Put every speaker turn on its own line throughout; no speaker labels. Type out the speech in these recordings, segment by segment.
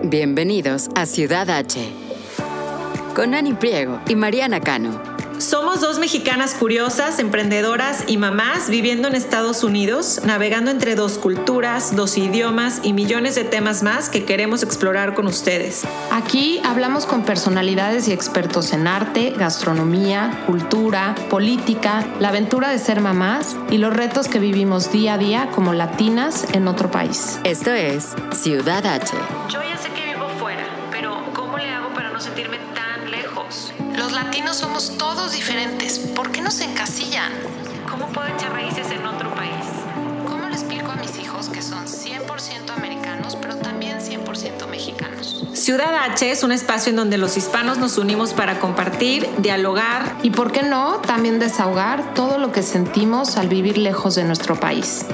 Bienvenidos a Ciudad H, con Ani Priego y Mariana Cano.
Somos dos mexicanas curiosas, emprendedoras y mamás viviendo en Estados Unidos, navegando entre dos culturas, dos idiomas y millones de temas más que queremos explorar con ustedes.
Aquí hablamos con personalidades y expertos en arte, gastronomía, cultura, política, la aventura de ser mamás y los retos que vivimos día a día como latinas en otro país.
Esto es Ciudad H.
Yo ya sé que vivo fuera, pero ¿cómo le hago para no sentirme tan lejos?
Los latinos somos todos diferentes. ¿Por qué nos encasillan?
¿Cómo puedo echar raíces en otro país?
¿Cómo le explico a mis hijos que son 100% americanos, pero también 100% mexicanos?
Ciudad H es un espacio en donde los hispanos nos unimos para compartir, dialogar
y, ¿por qué no?, también desahogar todo lo que sentimos al vivir lejos de nuestro país.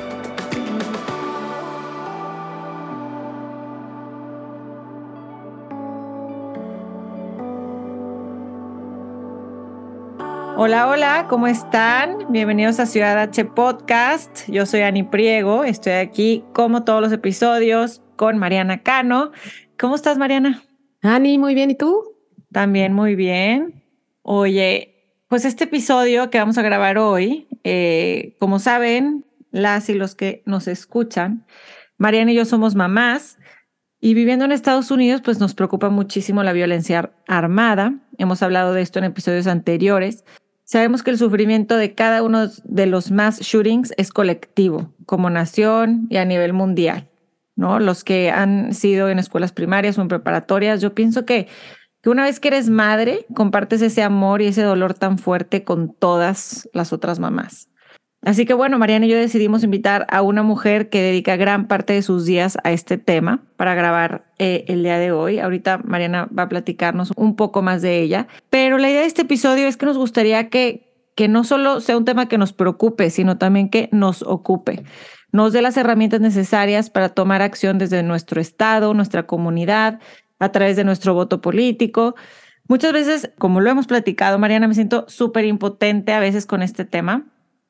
Hola, hola, ¿cómo están? Bienvenidos a Ciudad H Podcast. Yo soy Ani Priego, estoy aquí como todos los episodios con Mariana Cano. ¿Cómo estás, Mariana?
Ani, muy bien, ¿y tú?
También muy bien. Oye, pues este episodio que vamos a grabar hoy, como saben, las y los que nos escuchan, Mariana y yo somos mamás y viviendo en Estados Unidos, pues nos preocupa muchísimo la violencia armada. Hemos hablado de esto en episodios anteriores. Sabemos que el sufrimiento de cada uno de los mass shootings es colectivo, como nación y a nivel mundial, ¿no? Los que han sido en escuelas primarias o en preparatorias, yo pienso que una vez que eres madre, compartes ese amor y ese dolor tan fuerte con todas las otras mamás. Así que bueno, Mariana y yo decidimos invitar a una mujer que dedica gran parte de sus días a este tema para grabar el día de hoy. Ahorita Mariana va a platicarnos un poco más de ella, pero la idea de este episodio es que nos gustaría que no solo sea un tema que nos preocupe, sino también que nos ocupe, nos dé las herramientas necesarias para tomar acción desde nuestro estado, nuestra comunidad, a través de nuestro voto político. Muchas veces, como lo hemos platicado, Mariana, me siento súper impotente a veces con este tema.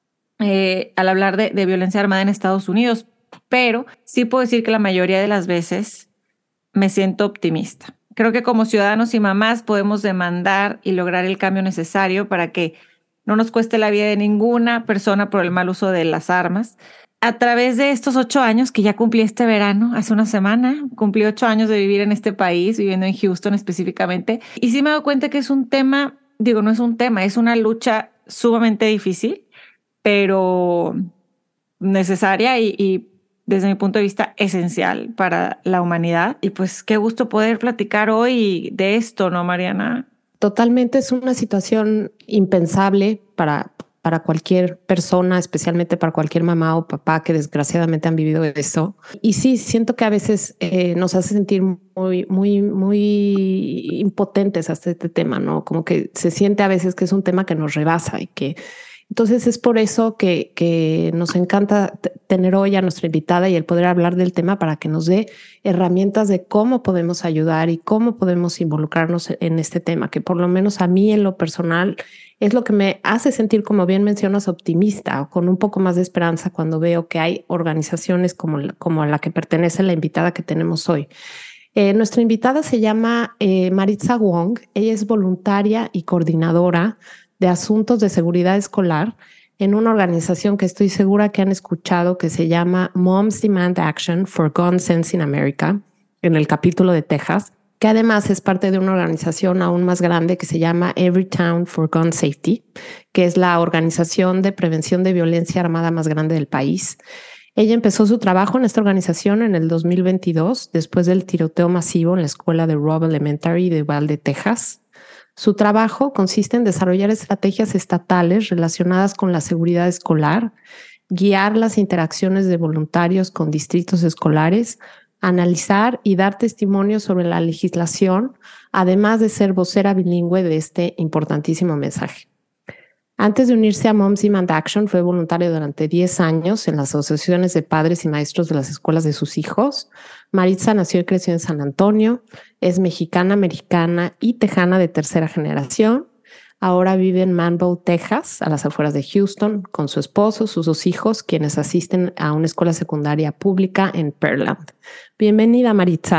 Al hablar de violencia armada en Estados Unidos, pero sí puedo decir que la mayoría de las veces me siento optimista. Creo que como ciudadanos y mamás podemos demandar y lograr el cambio necesario para que no nos cueste la vida de ninguna persona por el mal uso de las armas. A través de estos 8 años que ya cumplí este verano, hace una semana, cumplí 8 años de vivir en este país, viviendo en Houston específicamente, y sí me he dado cuenta que es un tema, no es un tema, es una lucha sumamente difícil, pero necesaria y desde mi punto de vista esencial para la humanidad. Y pues qué gusto poder platicar hoy de esto, ¿no, Mariana?
Totalmente, es una situación impensable para cualquier persona, especialmente para cualquier mamá o papá que desgraciadamente han vivido eso. Y sí, siento que a veces nos hace sentir muy impotentes hasta este tema, ¿no? Como que se siente a veces que es un tema que nos rebasa y que entonces es por eso que nos encanta tener hoy a nuestra invitada y el poder hablar del tema para que nos dé herramientas de cómo podemos ayudar y cómo podemos involucrarnos en este tema, que por lo menos a mí en lo personal es lo que me hace sentir, como bien mencionas, optimista o con un poco más de esperanza cuando veo que hay organizaciones como a la que pertenece la invitada que tenemos hoy. Nuestra invitada se llama Maritza Wong. Ella es voluntaria y coordinadora de asuntos de seguridad escolar en una organización que estoy segura que han escuchado que se llama Moms Demand Action for Gun Sense in America, en el capítulo de Texas, que además es parte de una organización aún más grande que se llama Everytown for Gun Safety, que es la organización de prevención de violencia armada más grande del país. Ella empezó su trabajo en esta organización en el 2022, después del tiroteo masivo en la escuela de Robb Elementary de Uvalde, Texas. Su trabajo consiste en desarrollar estrategias estatales relacionadas con la seguridad escolar, guiar las interacciones de voluntarios con distritos escolares, analizar y dar testimonio sobre la legislación, además de ser vocera bilingüe de este importantísimo mensaje. Antes de unirse a Moms Demand Action, fue voluntaria durante 10 años en las asociaciones de padres y maestros de las escuelas de sus hijos. Maritza nació y creció en San Antonio, es mexicana, americana y tejana de tercera generación. Ahora vive en Manville, Texas, a las afueras de Houston, con su esposo, sus 2 hijos, quienes asisten a una escuela secundaria pública en Pearland. Bienvenida, Maritza.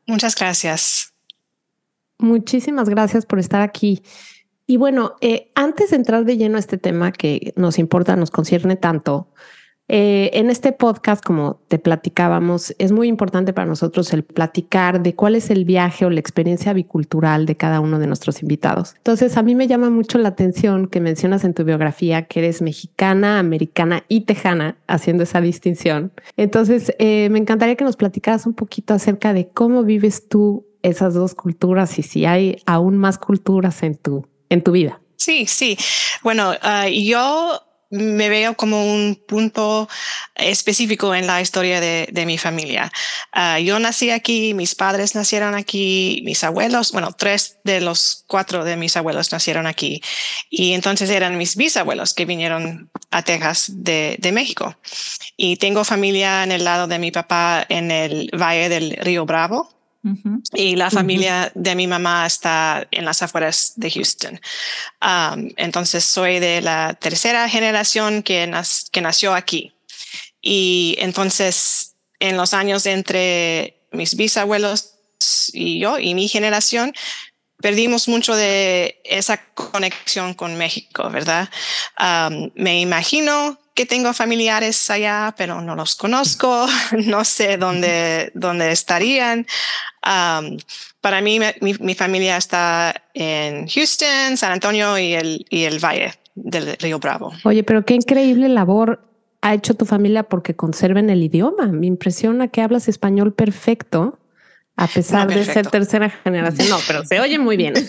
Muchas gracias.
Muchísimas gracias por estar aquí. Y bueno, antes de entrar de lleno a este tema que nos importa, nos concierne tanto, en este podcast, como te platicábamos, es muy importante para nosotros el platicar de cuál es el viaje o la experiencia bicultural de cada uno de nuestros invitados. Entonces, a mí me llama mucho la atención que mencionas en tu biografía que eres mexicana, americana y tejana, haciendo esa distinción. Entonces, me encantaría que nos platicaras un poquito acerca de cómo vives tú esas dos culturas y si hay aún más culturas en tu vida.
Sí. Bueno, yo me veo como un punto específico en la historia de mi familia. Yo nací aquí, mis padres nacieron aquí, mis abuelos, 3 de los 4 de mis abuelos nacieron aquí. Y entonces eran mis bisabuelos que vinieron a Texas de México. Y tengo familia en el lado de mi papá en el Valle del Río Bravo. Y la familia de mi mamá está en las afueras de Houston. Entonces soy de la tercera generación que nació aquí. Y entonces en los años entre mis bisabuelos y yo y mi generación, perdimos mucho de esa conexión con México, ¿verdad? Me imagino que tengo familiares allá, pero no los conozco, no sé dónde estarían. Para mí, mi familia está en Houston, San Antonio y el Valle del Río Bravo.
Oye, pero qué increíble labor ha hecho tu familia porque conserven el idioma. Me impresiona que hablas español perfecto, a pesar de ser tercera generación. No, pero se oye muy bien.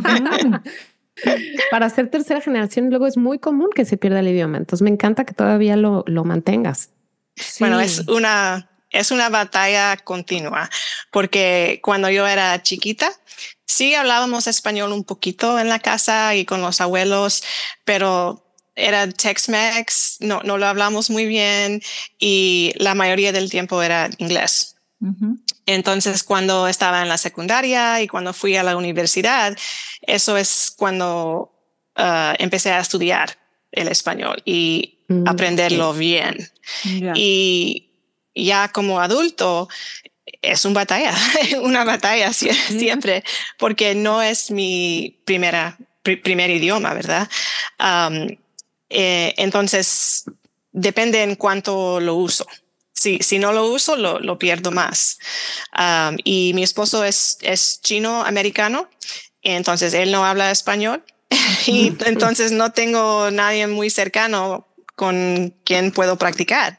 Para ser tercera generación luego es muy común que se pierda el idioma. Entonces me encanta que todavía lo mantengas.
Sí. Bueno, es una batalla continua, porque cuando yo era chiquita, sí hablábamos español un poquito en la casa y con los abuelos, pero era Tex-Mex, no lo hablamos muy bien y la mayoría del tiempo era inglés. Entonces, cuando estaba en la secundaria y cuando fui a la universidad, eso es cuando empecé a estudiar el español y aprenderlo bien. Yeah. Y ya como adulto es una batalla siempre, porque no es mi primer idioma, ¿verdad? Entonces, depende en cuánto lo uso. Si no lo uso, lo pierdo más. Y mi esposo es chino-americano, entonces él no habla español y entonces no tengo nadie muy cercano con quien puedo practicar.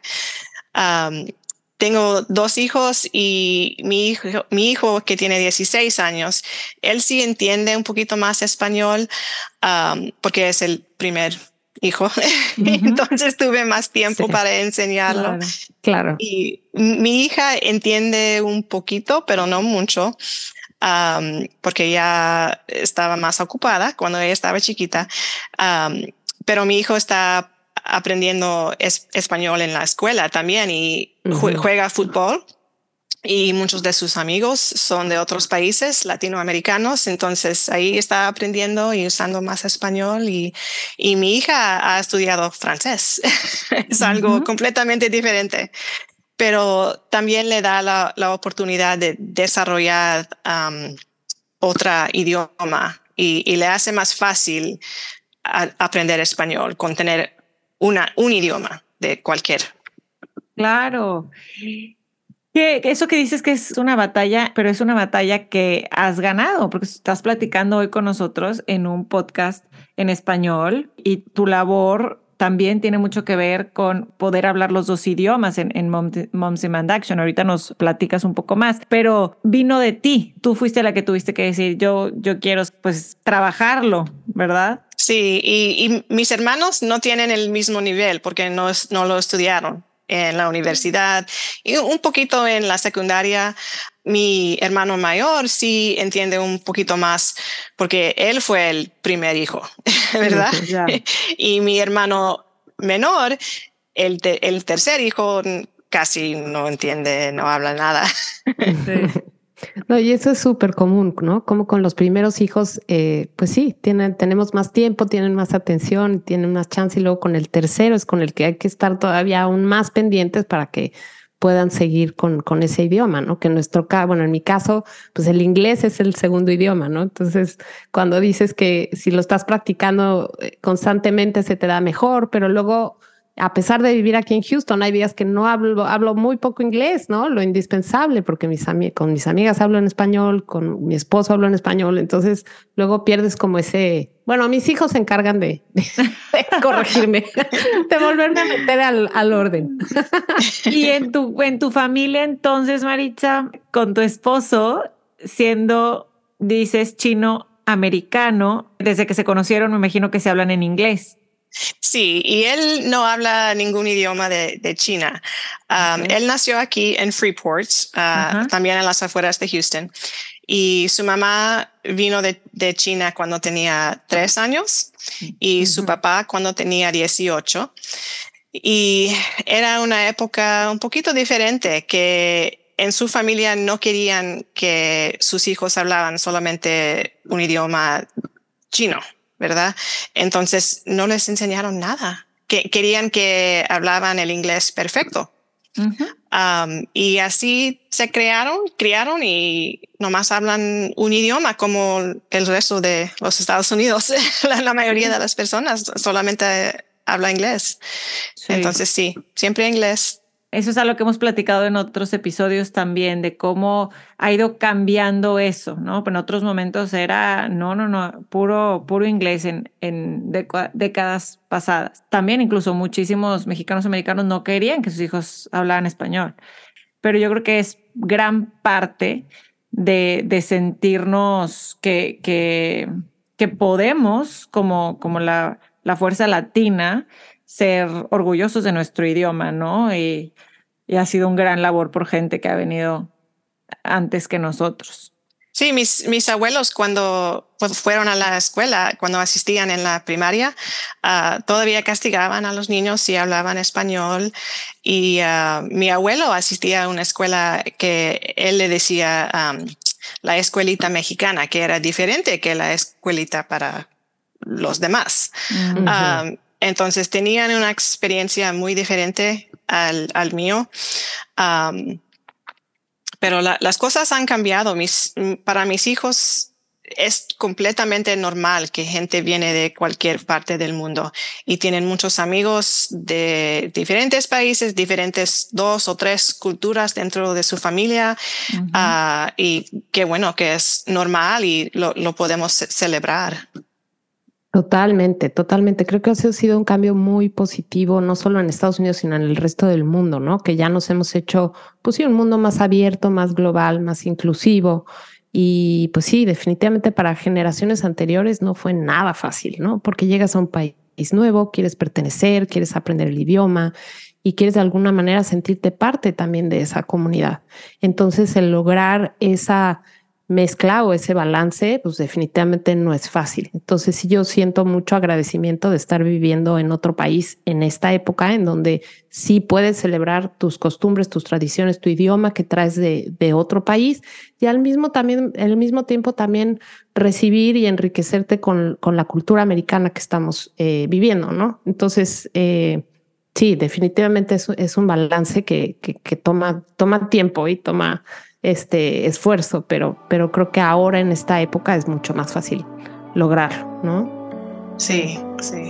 Tengo 2 hijos y mi hijo que tiene 16 años, él sí entiende un poquito más español porque es el primer hijo. Entonces tuve más tiempo para enseñarlo.
Claro.
Y mi hija entiende un poquito, pero no mucho, porque ya estaba más ocupada cuando ella estaba chiquita. Pero mi hijo está aprendiendo español en la escuela también y juega fútbol. Y muchos de sus amigos son de otros países latinoamericanos, entonces ahí está aprendiendo y usando más español y mi hija ha estudiado francés. Es algo completamente diferente, pero también le da la oportunidad de desarrollar otro idioma y le hace más fácil aprender español con tener un idioma de cualquier.
Claro. Eso que dices que es una batalla, pero es una batalla que has ganado, porque estás platicando hoy con nosotros en un podcast en español y tu labor también tiene mucho que ver con poder hablar los 2 idiomas en Moms Demand Action. Ahorita nos platicas un poco más, pero vino de ti. Tú fuiste la que tuviste que decir, yo quiero pues trabajarlo, ¿verdad?
Sí, y mis hermanos no tienen el mismo nivel porque no lo estudiaron en la universidad y un poquito en la secundaria. Mi hermano mayor sí entiende un poquito más porque él fue el primer hijo, ¿verdad? Yeah. Y mi hermano menor, el tercer hijo, casi no entiende, no habla nada.
Sí. No, y eso es súper común, ¿no? Como con los primeros hijos, pues sí, tenemos más tiempo, tienen más atención, tienen más chance, y luego con el tercero es con el que hay que estar todavía aún más pendientes para que puedan seguir con ese idioma, ¿no? Que en nuestro caso, bueno, en mi caso, pues el inglés es el segundo idioma, ¿no? Entonces, cuando dices que si lo estás practicando constantemente se te da mejor, pero luego, a pesar de vivir aquí en Houston, hay días que no hablo muy poco inglés, ¿no? Lo indispensable, porque con mis amigas hablo en español, con mi esposo hablo en español, entonces luego pierdes como bueno, mis hijos se encargan de corregirme, de volverme a meter al orden.
Y en tu familia, entonces, Maritza, con tu esposo, dices, chino-americano, desde que se conocieron, me imagino que se hablan en inglés.
Sí, y él no habla ningún idioma de China. Él nació aquí en Freeport, también en las afueras de Houston. Y su mamá vino de China cuando tenía 3 años y su papá cuando tenía 18. Y era una época un poquito diferente, que en su familia no querían que sus hijos hablaban solamente un idioma chino, ¿verdad? Entonces no les enseñaron nada. Querían que hablaban el inglés perfecto. Y así se criaron y nomás hablan un idioma como el resto de los Estados Unidos. La mayoría de las personas solamente habla inglés. Sí. Entonces sí, siempre inglés.
Eso es algo que hemos platicado en otros episodios también, de cómo ha ido cambiando eso, ¿no? En otros momentos era, puro inglés en décadas pasadas. También incluso muchísimos mexicanos americanos no querían que sus hijos hablaran español. Pero yo creo que es gran parte de sentirnos que podemos, como la fuerza latina, ser orgullosos de nuestro idioma, ¿no? Y ha sido un gran labor por gente que ha venido antes que nosotros.
Sí, mis abuelos cuando fueron a la escuela, cuando asistían en la primaria, todavía castigaban a los niños si hablaban español. Y mi abuelo asistía a una escuela que él le decía la escuelita mexicana, que era diferente que la escuelita para los demás. Entonces tenían una experiencia muy diferente al mío. Pero las cosas han cambiado. Para mis hijos es completamente normal que gente viene de cualquier parte del mundo y tienen muchos amigos de diferentes países, diferentes 2 o 3 culturas dentro de su familia. Y qué bueno que es normal y lo podemos celebrar.
Totalmente. Creo que ha sido un cambio muy positivo, no solo en Estados Unidos, sino en el resto del mundo, ¿no? Que ya nos hemos hecho, pues sí, un mundo más abierto, más global, más inclusivo. Y pues sí, definitivamente para generaciones anteriores no fue nada fácil, ¿no? Porque llegas a un país nuevo, quieres pertenecer, quieres aprender el idioma y quieres de alguna manera sentirte parte también de esa comunidad. Entonces, el lograr esa mezcla o ese balance, pues definitivamente no es fácil. Entonces sí, yo siento mucho agradecimiento de estar viviendo en otro país en esta época en donde sí puedes celebrar tus costumbres, tus tradiciones, tu idioma que traes de otro país y al mismo tiempo también recibir y enriquecerte con la cultura americana que estamos viviendo, ¿no? Entonces, sí, definitivamente es un balance que toma tiempo y toma esfuerzo, pero creo que ahora en esta época es mucho más fácil lograrlo, ¿no?
Sí.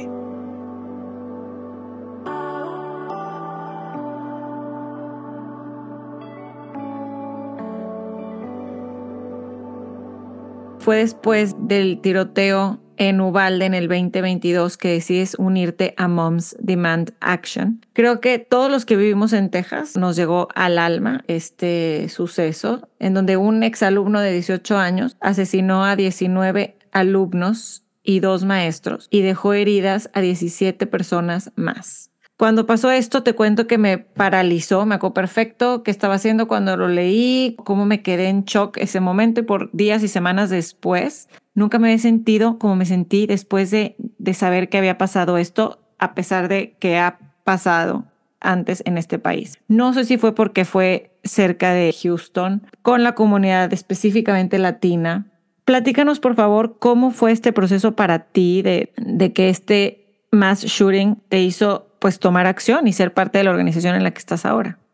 Fue después del tiroteo en Uvalde en el 2022 que decides unirte a Moms Demand Action. Creo que todos los que vivimos en Texas nos llegó al alma este suceso en donde un exalumno de 18 años asesinó a 19 alumnos y 2 maestros y dejó heridas a 17 personas más. Cuando pasó esto, te cuento que me paralizó, me acuerdo perfecto qué estaba haciendo cuando lo leí, cómo me quedé en shock ese momento y por días y semanas después, nunca me había sentido como me sentí después de saber que había pasado esto, a pesar de que ha pasado antes en este país. No sé si fue porque fue cerca de Houston, con la comunidad específicamente latina. Platícanos, por favor, cómo fue este proceso para ti de que este mass shooting te hizo pues tomar acción y ser parte de la organización en la que estás ahora.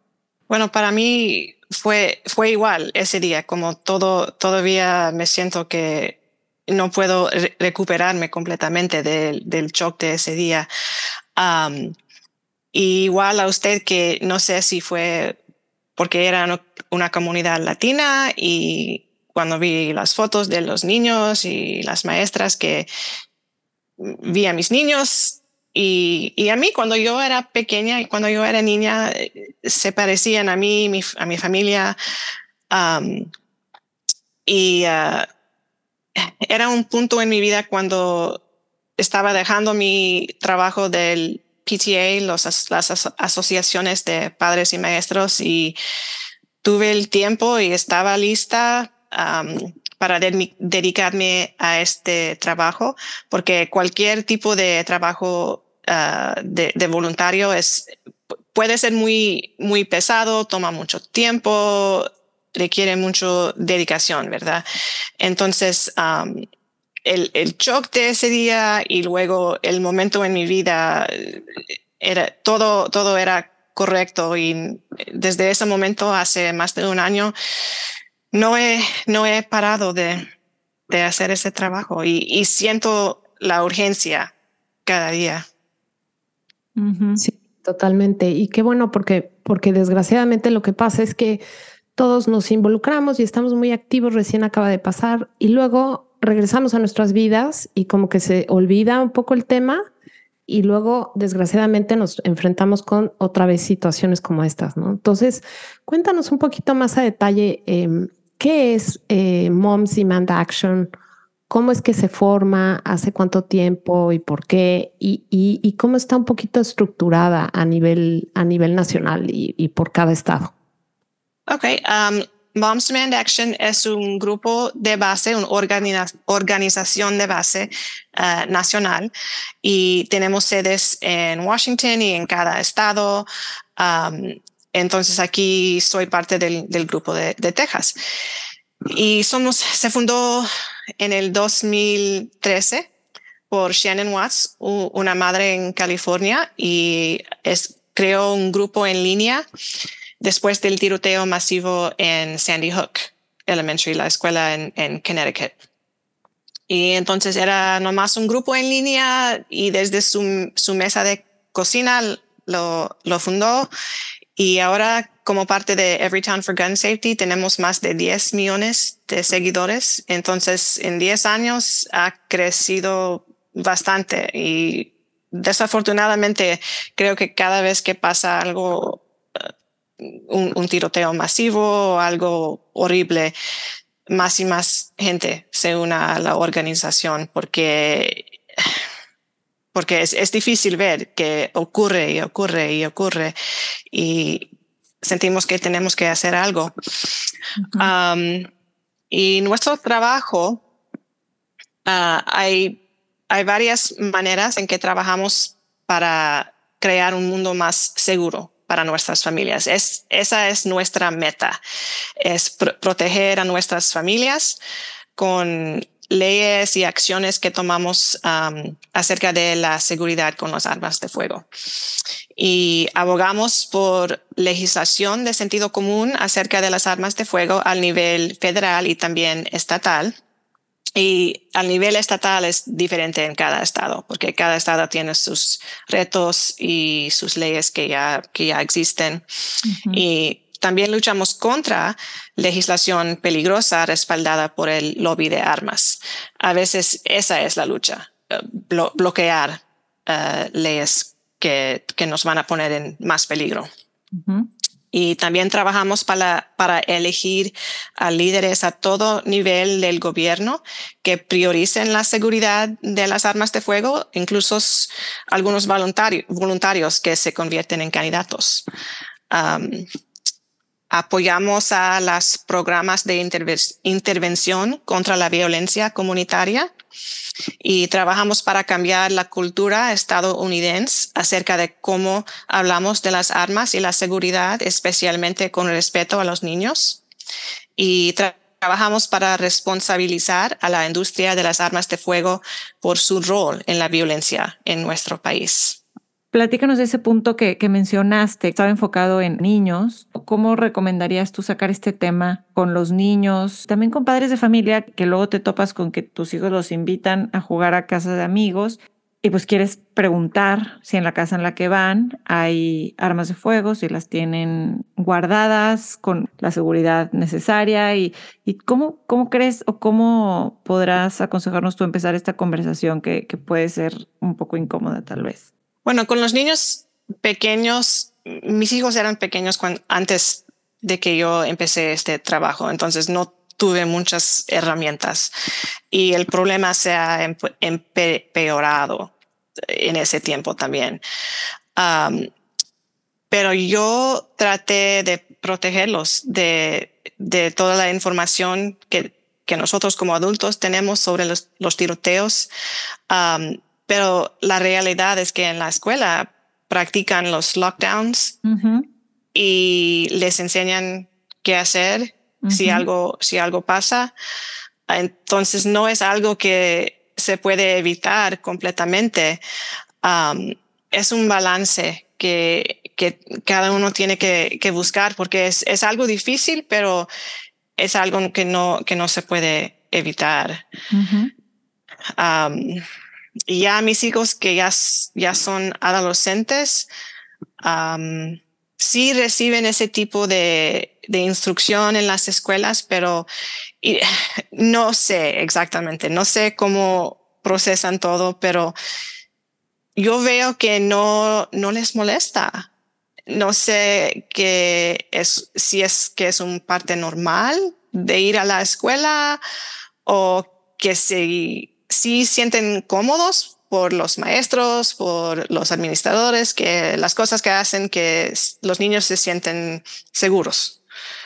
Bueno, para mí fue igual ese día, como todavía me siento que no puedo recuperarme completamente del shock de ese día. Um, y igual a usted, que no sé si fue porque era una comunidad latina, y cuando vi las fotos de los niños y las maestras, que vi a mis niños y a mí cuando yo era pequeña y cuando yo era niña, se parecían a mí, a mi familia. Um, y era un punto en mi vida cuando estaba dejando mi trabajo del PTA, las asociaciones de padres y maestros, y tuve el tiempo y estaba lista para dedicarme a este trabajo, porque cualquier tipo de trabajo de voluntario puede ser muy, muy pesado, toma mucho tiempo, requiere mucha dedicación, ¿verdad? Entonces, el shock de ese día y luego el momento en mi vida, todo era correcto, y desde ese momento, hace más de un año, no he parado de hacer ese trabajo, y siento la urgencia cada día.
Sí, totalmente. Y qué bueno, porque desgraciadamente lo que pasa es que todos nos involucramos y estamos muy activos, recién acaba de pasar, y luego regresamos a nuestras vidas y como que se olvida un poco el tema, y luego desgraciadamente nos enfrentamos con otra vez situaciones como estas, ¿no? Entonces, cuéntanos un poquito más a detalle qué es Moms Demand Action, cómo es que se forma, hace cuánto tiempo y por qué, y cómo está un poquito estructurada a nivel nacional y por cada estado.
Ok, Moms Demand Action es un grupo de base, una organización de base nacional, y tenemos sedes en Washington y en cada estado. Entonces aquí soy parte del grupo de Texas. Y se fundó en el 2013 por Shannon Watts, una madre en California, y creó un grupo en línea después del tiroteo masivo en Sandy Hook Elementary, la escuela en Connecticut. Y entonces era nomás un grupo en línea, y desde su mesa de cocina lo fundó. Y ahora, como parte de Everytown for Gun Safety, tenemos más de 10 millones de seguidores. Entonces, en 10 años ha crecido bastante, y desafortunadamente creo que cada vez que pasa algo, un tiroteo masivo o algo horrible, más y más gente se une a la organización, porque es difícil ver que ocurre y ocurre y ocurre, y sentimos que tenemos que hacer algo. Uh-huh. Y nuestro trabajo, hay varias maneras en que trabajamos para crear un mundo más seguro para nuestras familias. Esa es nuestra meta, es proteger a nuestras familias con leyes y acciones que tomamos acerca de la seguridad con las armas de fuego. Y abogamos por legislación de sentido común acerca de las armas de fuego al nivel federal y también estatal. Y al nivel estatal es diferente en cada estado, porque cada estado tiene sus retos y sus leyes que ya existen. Uh-huh. Y también luchamos contra legislación peligrosa respaldada por el lobby de armas. A veces esa es la lucha, bloquear leyes que nos van a poner en más peligro. Uh-huh. Y también trabajamos para elegir a líderes a todo nivel del gobierno que prioricen la seguridad de las armas de fuego, incluso algunos voluntarios que se convierten en candidatos. Apoyamos a los programas de intervención contra la violencia comunitaria, y trabajamos para cambiar la cultura estadounidense acerca de cómo hablamos de las armas y la seguridad, especialmente con respeto a los niños. Y trabajamos para responsabilizar a la industria de las armas de fuego por su rol en la violencia en nuestro país.
Platícanos de ese punto que mencionaste, estaba enfocado en niños. ¿Cómo recomendarías tú sacar este tema con los niños? También con padres de familia, que luego te topas con que tus hijos los invitan a jugar a casa de amigos y pues quieres preguntar si en la casa en la que van hay armas de fuego, si las tienen guardadas con la seguridad necesaria y cómo crees o cómo podrás aconsejarnos tú empezar esta conversación que puede ser un poco incómoda tal vez.
Bueno, con los niños pequeños, mis hijos eran pequeños antes de que yo empecé este trabajo, entonces no tuve muchas herramientas y el problema se ha empeorado en ese tiempo también. Pero yo traté de protegerlos de toda la información que nosotros como adultos tenemos sobre los tiroteos. Pero la realidad es que en la escuela practican los lockdowns y les enseñan qué hacer si algo pasa. Entonces no es algo que se puede evitar completamente. Es un balance que cada uno tiene que buscar porque es algo difícil, pero es algo que no se puede evitar. Y ya mis hijos que ya son adolescentes, sí reciben ese tipo de instrucción en las escuelas, pero no sé exactamente, no sé cómo procesan todo, pero yo veo que no les molesta. No sé si es un parte normal de ir a la escuela o que sí sienten cómodos por los maestros, por los administradores, que las cosas que hacen que los niños se sienten seguros.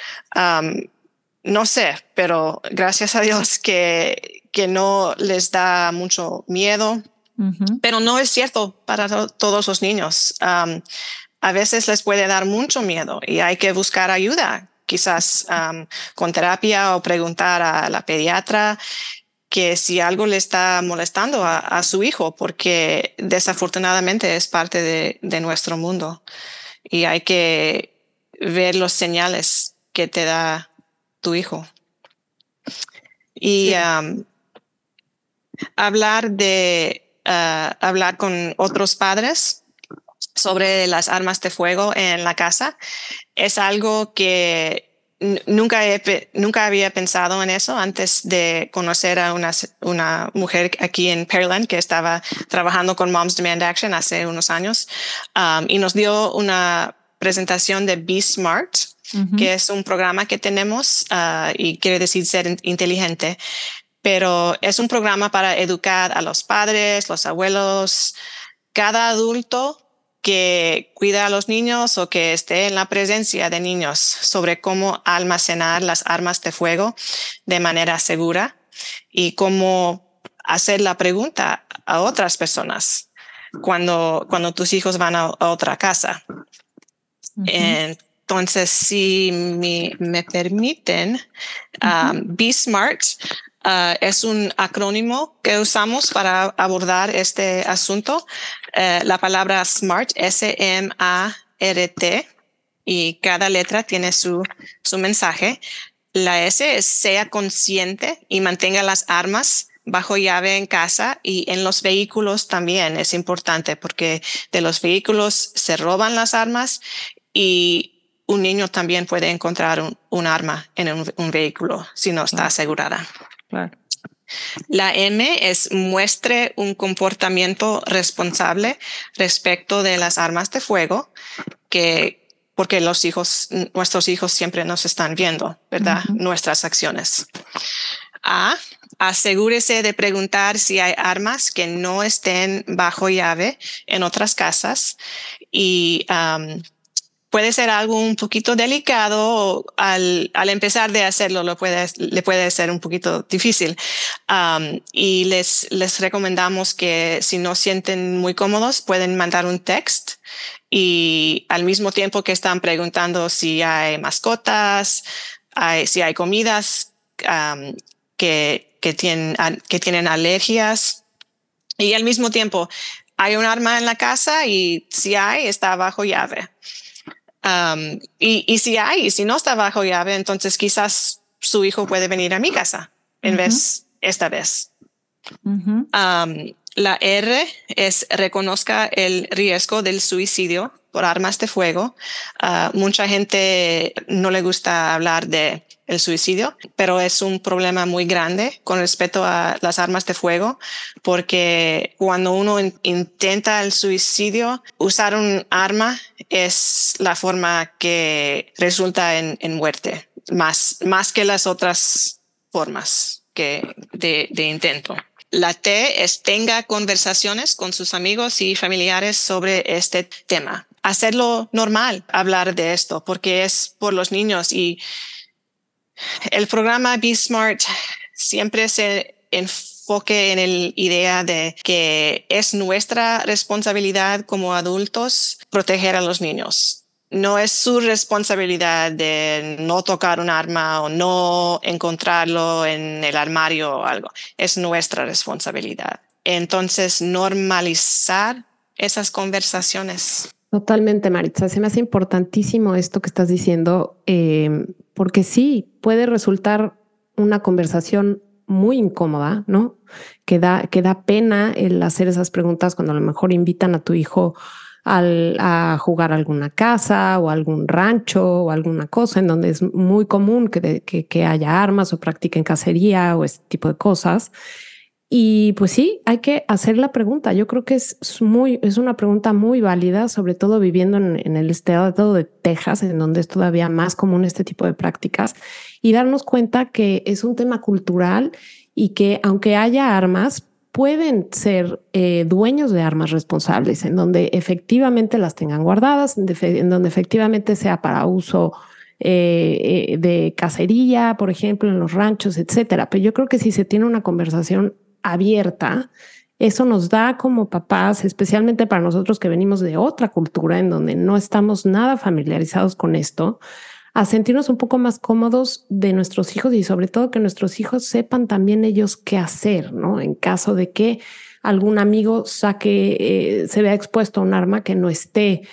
No sé, pero gracias a Dios que no les da mucho miedo, pero no es cierto para todos los niños. A veces les puede dar mucho miedo y hay que buscar ayuda, quizás con terapia o preguntar a la pediatra que si algo le está molestando a su hijo, porque desafortunadamente es parte de nuestro mundo y hay que ver los señales que te da tu hijo. Y hablar con otros padres sobre las armas de fuego en la casa es algo que nunca había pensado en eso antes de conocer a una mujer aquí en Pearland que estaba trabajando con Moms Demand Action hace unos años y nos dio una presentación de Be Smart, que es un programa que tenemos y quiere decir ser inteligente, pero es un programa para educar a los padres, los abuelos, cada adulto que cuida a los niños o que esté en la presencia de niños sobre cómo almacenar las armas de fuego de manera segura y cómo hacer la pregunta a otras personas cuando tus hijos van a otra casa. Entonces, si me permiten, Be Smart es un acrónimo que usamos para abordar este asunto. La palabra SMART, S-M-A-R-T, y cada letra tiene su mensaje. La S es sea consciente y mantenga las armas bajo llave en casa y en los vehículos también es importante porque de los vehículos se roban las armas y un niño también puede encontrar un arma en un vehículo si no está asegurada.
Claro.
La M es muestre un comportamiento responsable respecto de las armas de fuego, porque nuestros hijos siempre nos están viendo, ¿verdad? Nuestras acciones. A, asegúrese de preguntar si hay armas que no estén bajo llave en otras casas y puede ser algo un poquito delicado al empezar de hacerlo, le puede ser un poquito difícil. Y les recomendamos que si no sienten muy cómodos, pueden mandar un text y al mismo tiempo que están preguntando si hay mascotas, si hay comidas que tienen alergias y al mismo tiempo hay un arma en la casa y si hay, está bajo llave. Y si hay, y si no está bajo llave, entonces quizás su hijo puede venir a mi casa en vez esta vez. La R es reconozca el riesgo del suicidio por armas de fuego. Mucha gente no le gusta hablar de el suicidio, pero es un problema muy grande con respecto a las armas de fuego, porque cuando uno intenta el suicidio, usar un arma es la forma que resulta en muerte, más que las otras formas de intento. La T es tenga conversaciones con sus amigos y familiares sobre este tema. Hacerlo normal, hablar de esto, porque es por los niños. Y el programa Be Smart siempre se enfoque en la idea de que es nuestra responsabilidad como adultos proteger a los niños. No es su responsabilidad de no tocar un arma o no encontrarlo en el armario o algo. Es nuestra responsabilidad. Entonces, normalizar esas conversaciones.
Totalmente, Maritza. Se me hace importantísimo esto que estás diciendo, porque sí, puede resultar una conversación muy incómoda, ¿no? Que da pena el hacer esas preguntas cuando a lo mejor invitan a tu hijo a jugar a alguna casa o algún rancho o alguna cosa en donde es muy común que haya armas o practiquen cacería o este tipo de cosas. Y pues sí, hay que hacer la pregunta. Yo creo que es una pregunta muy válida, sobre todo viviendo en el estado de Texas, en donde es todavía más común este tipo de prácticas, y darnos cuenta que es un tema cultural y que aunque haya armas, pueden ser dueños de armas responsables, en donde efectivamente las tengan guardadas, en donde efectivamente sea para uso de cacería, por ejemplo, en los ranchos, etcétera. Pero yo creo que si se tiene una conversación abierta, eso nos da como papás, especialmente para nosotros que venimos de otra cultura en donde no estamos nada familiarizados con esto, a sentirnos un poco más cómodos de nuestros hijos y sobre todo que nuestros hijos sepan también ellos qué hacer, ¿no? En caso de que algún amigo se vea expuesto a un arma que no esté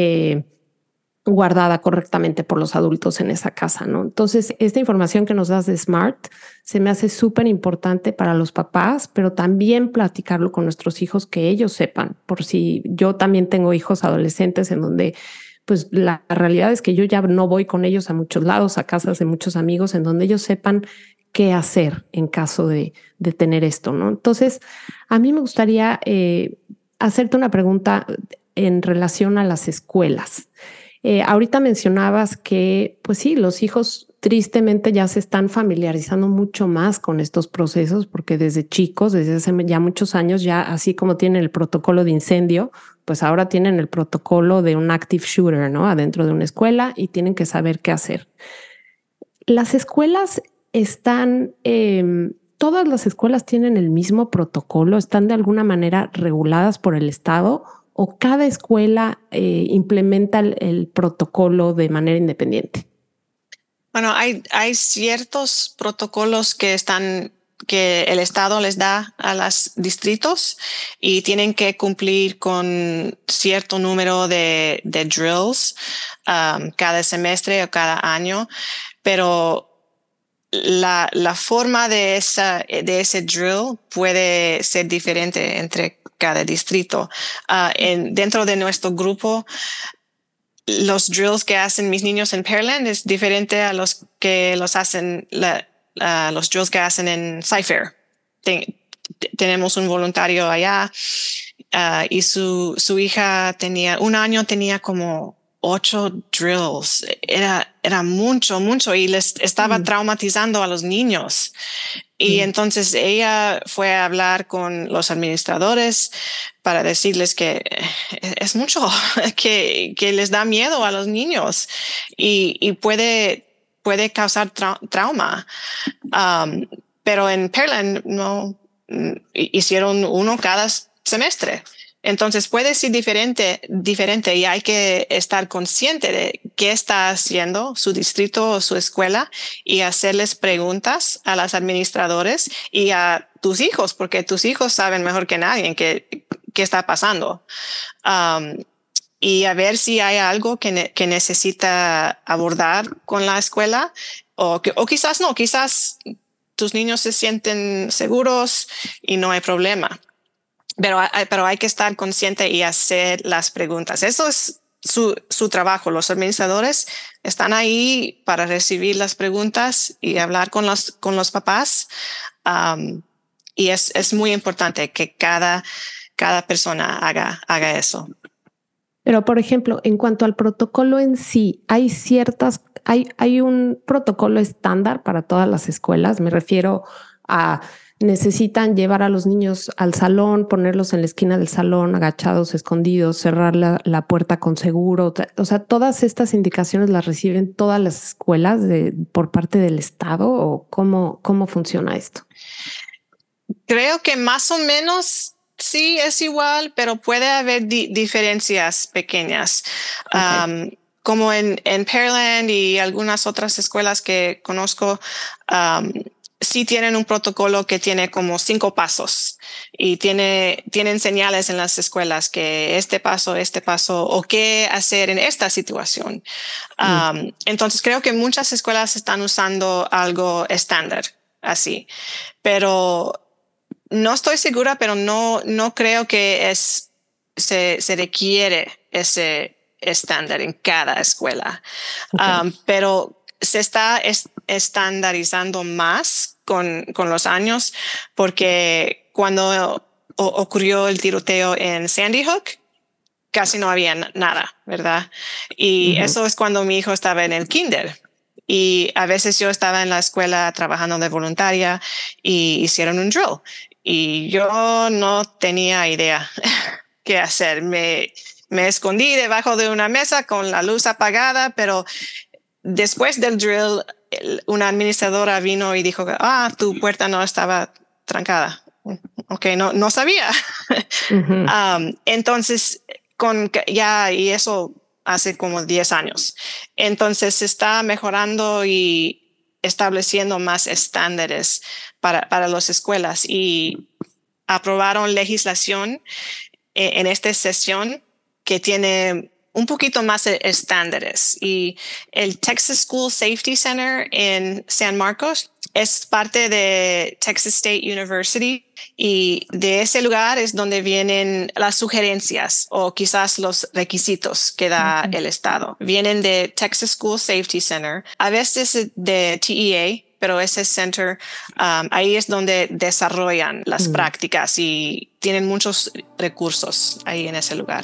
guardada correctamente por los adultos en esa casa, ¿no? Entonces, esta información que nos das de Smart se me hace súper importante para los papás, pero también platicarlo con nuestros hijos, que ellos sepan, por si yo también tengo hijos adolescentes en donde pues la realidad es que yo ya no voy con ellos a muchos lados, a casas de muchos amigos, en donde ellos sepan qué hacer en caso de tener esto, ¿no? Entonces, a mí me gustaría hacerte una pregunta en relación a las escuelas. Ahorita mencionabas que, pues sí, los hijos tristemente ya se están familiarizando mucho más con estos procesos porque desde chicos, desde hace ya muchos años, ya así como tienen el protocolo de incendio, pues ahora tienen el protocolo de un active shooter, ¿no? Adentro de una escuela y tienen que saber qué hacer. Las escuelas están, todas las escuelas tienen el mismo protocolo, están de alguna manera reguladas por el Estado o cada escuela implementa el protocolo de manera independiente.
Bueno, hay ciertos protocolos que el Estado les da a los distritos y tienen que cumplir con cierto número de drills cada semestre o cada año, pero la forma de ese drill puede ser diferente entre cada distrito. Dentro de nuestro grupo, los drills que hacen mis niños en Pearland es diferente a los que los hacen los drills que hacen en Cy-Fair. Tenemos un voluntario allá y su hija tenía como 8 drills. Era mucho y les estaba traumatizando a los niños. Y entonces ella fue a hablar con los administradores para decirles que es mucho, que les da miedo a los niños y puede causar trauma. Pero en Pearland no hicieron uno cada semestre. Entonces puede ser diferente y hay que estar consciente de qué está haciendo su distrito o su escuela y hacerles preguntas a los administradores y a tus hijos, porque tus hijos saben mejor que nadie qué qué está pasando. Y a ver si hay algo que necesita abordar con la escuela o quizás no, quizás tus niños se sienten seguros y no hay problema. Pero hay que estar consciente y hacer las preguntas. Eso es su trabajo. Los administradores están ahí para recibir las preguntas y hablar con los papás. Y es muy importante que cada persona haga eso.
Pero, por ejemplo, en cuanto al protocolo en sí, hay un protocolo estándar para todas las escuelas. Me refiero a necesitan llevar a los niños al salón, ponerlos en la esquina del salón, agachados, escondidos, cerrar la puerta con seguro. O sea, todas estas indicaciones las reciben todas las escuelas por parte del Estado, ¿o cómo funciona esto?
Creo que más o menos sí es igual, pero puede haber diferencias pequeñas. Okay. Como en Pearland y algunas otras escuelas que conozco, sí tienen un protocolo que tiene como 5 pasos y tienen señales en las escuelas que este paso o qué hacer en esta situación. Entonces creo que muchas escuelas están usando algo estándar así, pero no estoy segura, pero no creo que se requiere ese estándar en cada escuela. Okay. Pero se está estandarizando más con los años, porque cuando ocurrió el tiroteo en Sandy Hook, casi no había nada, ¿verdad? Y eso es cuando mi hijo estaba en el kinder. Y a veces yo estaba en la escuela trabajando de voluntaria y hicieron un drill. Y yo no tenía idea qué hacer. Me escondí debajo de una mesa con la luz apagada, pero después del drill, una administradora vino y dijo, tu puerta no estaba trancada. Ok, no sabía. Entonces, y eso hace como 10 años. Entonces se está mejorando y estableciendo más estándares para las escuelas, y aprobaron legislación en esta sesión que tiene un poquito más estándares, y el Texas School Safety Center en San Marcos es parte de Texas State University, y de ese lugar es donde vienen las sugerencias o quizás los requisitos que da el Estado. Vienen de Texas School Safety Center, a veces de TEA, pero ese center, ahí es donde desarrollan las prácticas y tienen muchos recursos ahí en ese lugar.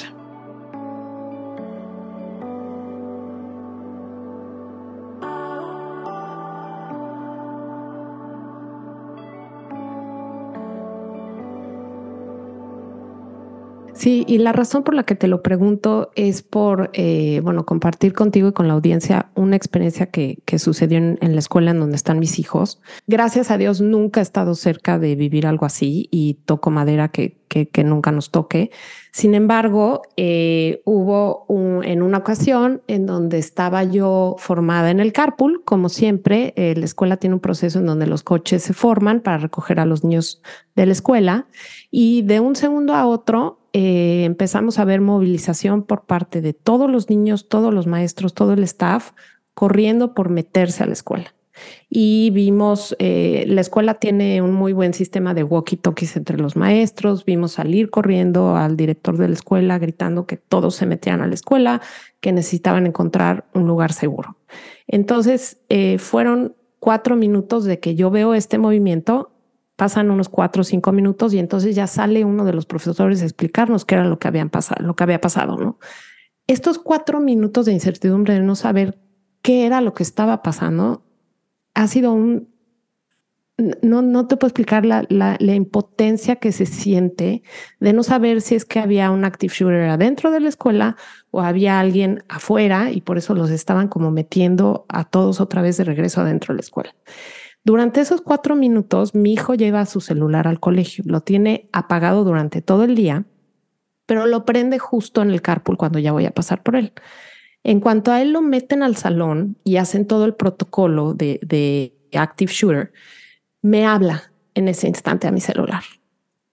Sí, y la razón por la que te lo pregunto es por, compartir contigo y con la audiencia una experiencia que sucedió en la escuela en donde están mis hijos. Gracias a Dios nunca he estado cerca de vivir algo así, y toco madera que nunca nos toque. Sin embargo, hubo en una ocasión en donde estaba yo formada en el carpool. Como siempre, la escuela tiene un proceso en donde los coches se forman para recoger a los niños de la escuela, y de un segundo a otro empezamos a ver movilización por parte de todos los niños, todos los maestros, todo el staff corriendo por meterse a la escuela. Y vimos, la escuela tiene un muy buen sistema de walkie-talkies entre los maestros. Vimos salir corriendo al director de la escuela gritando que todos se metieran a la escuela, que necesitaban encontrar un lugar seguro. Entonces fueron 4 minutos de que yo veo este movimiento. Pasan unos 4 o 5 minutos y entonces ya sale uno de los profesores a explicarnos qué era lo que había pasado, ¿no? Estos 4 minutos de incertidumbre, de no saber qué era lo que estaba pasando, ha sido no te puedo explicar la impotencia que se siente de no saber si es que había un active shooter adentro de la escuela o había alguien afuera, y por eso los estaban como metiendo a todos otra vez de regreso adentro de la escuela. Durante esos 4 minutos, mi hijo lleva su celular al colegio, lo tiene apagado durante todo el día, pero lo prende justo en el carpool cuando ya voy a pasar por él. En cuanto a él lo meten al salón y hacen todo el protocolo de active shooter, me habla en ese instante a mi celular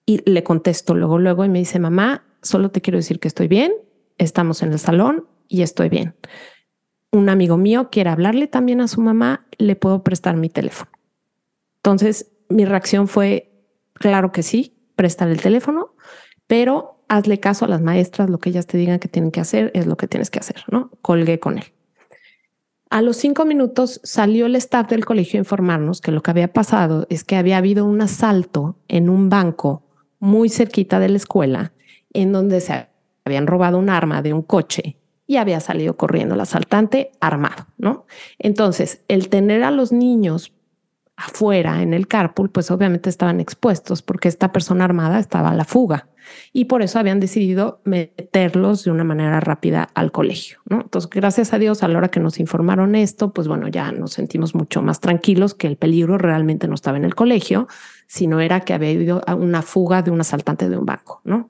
Y le contesto luego y me dice, mamá, solo te quiero decir que estoy bien, estamos en el salón y estoy bien. Un amigo mío quiere hablarle también a su mamá, ¿le puedo prestar mi teléfono? Entonces, mi reacción fue, claro que sí, préstale el teléfono, pero hazle caso a las maestras, lo que ellas te digan que tienen que hacer es lo que tienes que hacer, ¿no? Colgué con él. A los 5 minutos salió el staff del colegio a informarnos que lo que había pasado es que había habido un asalto en un banco muy cerquita de la escuela, en donde se habían robado un arma de un coche y había salido corriendo el asaltante armado, ¿no? Entonces, el tener a los niños afuera en el carpool, pues obviamente estaban expuestos porque esta persona armada estaba a la fuga y por eso habían decidido meterlos de una manera rápida al colegio, ¿no? Entonces, gracias a Dios, a la hora que nos informaron esto, pues bueno, ya nos sentimos mucho más tranquilos que el peligro realmente no estaba en el colegio, sino era que había habido una fuga de un asaltante de un banco, ¿no?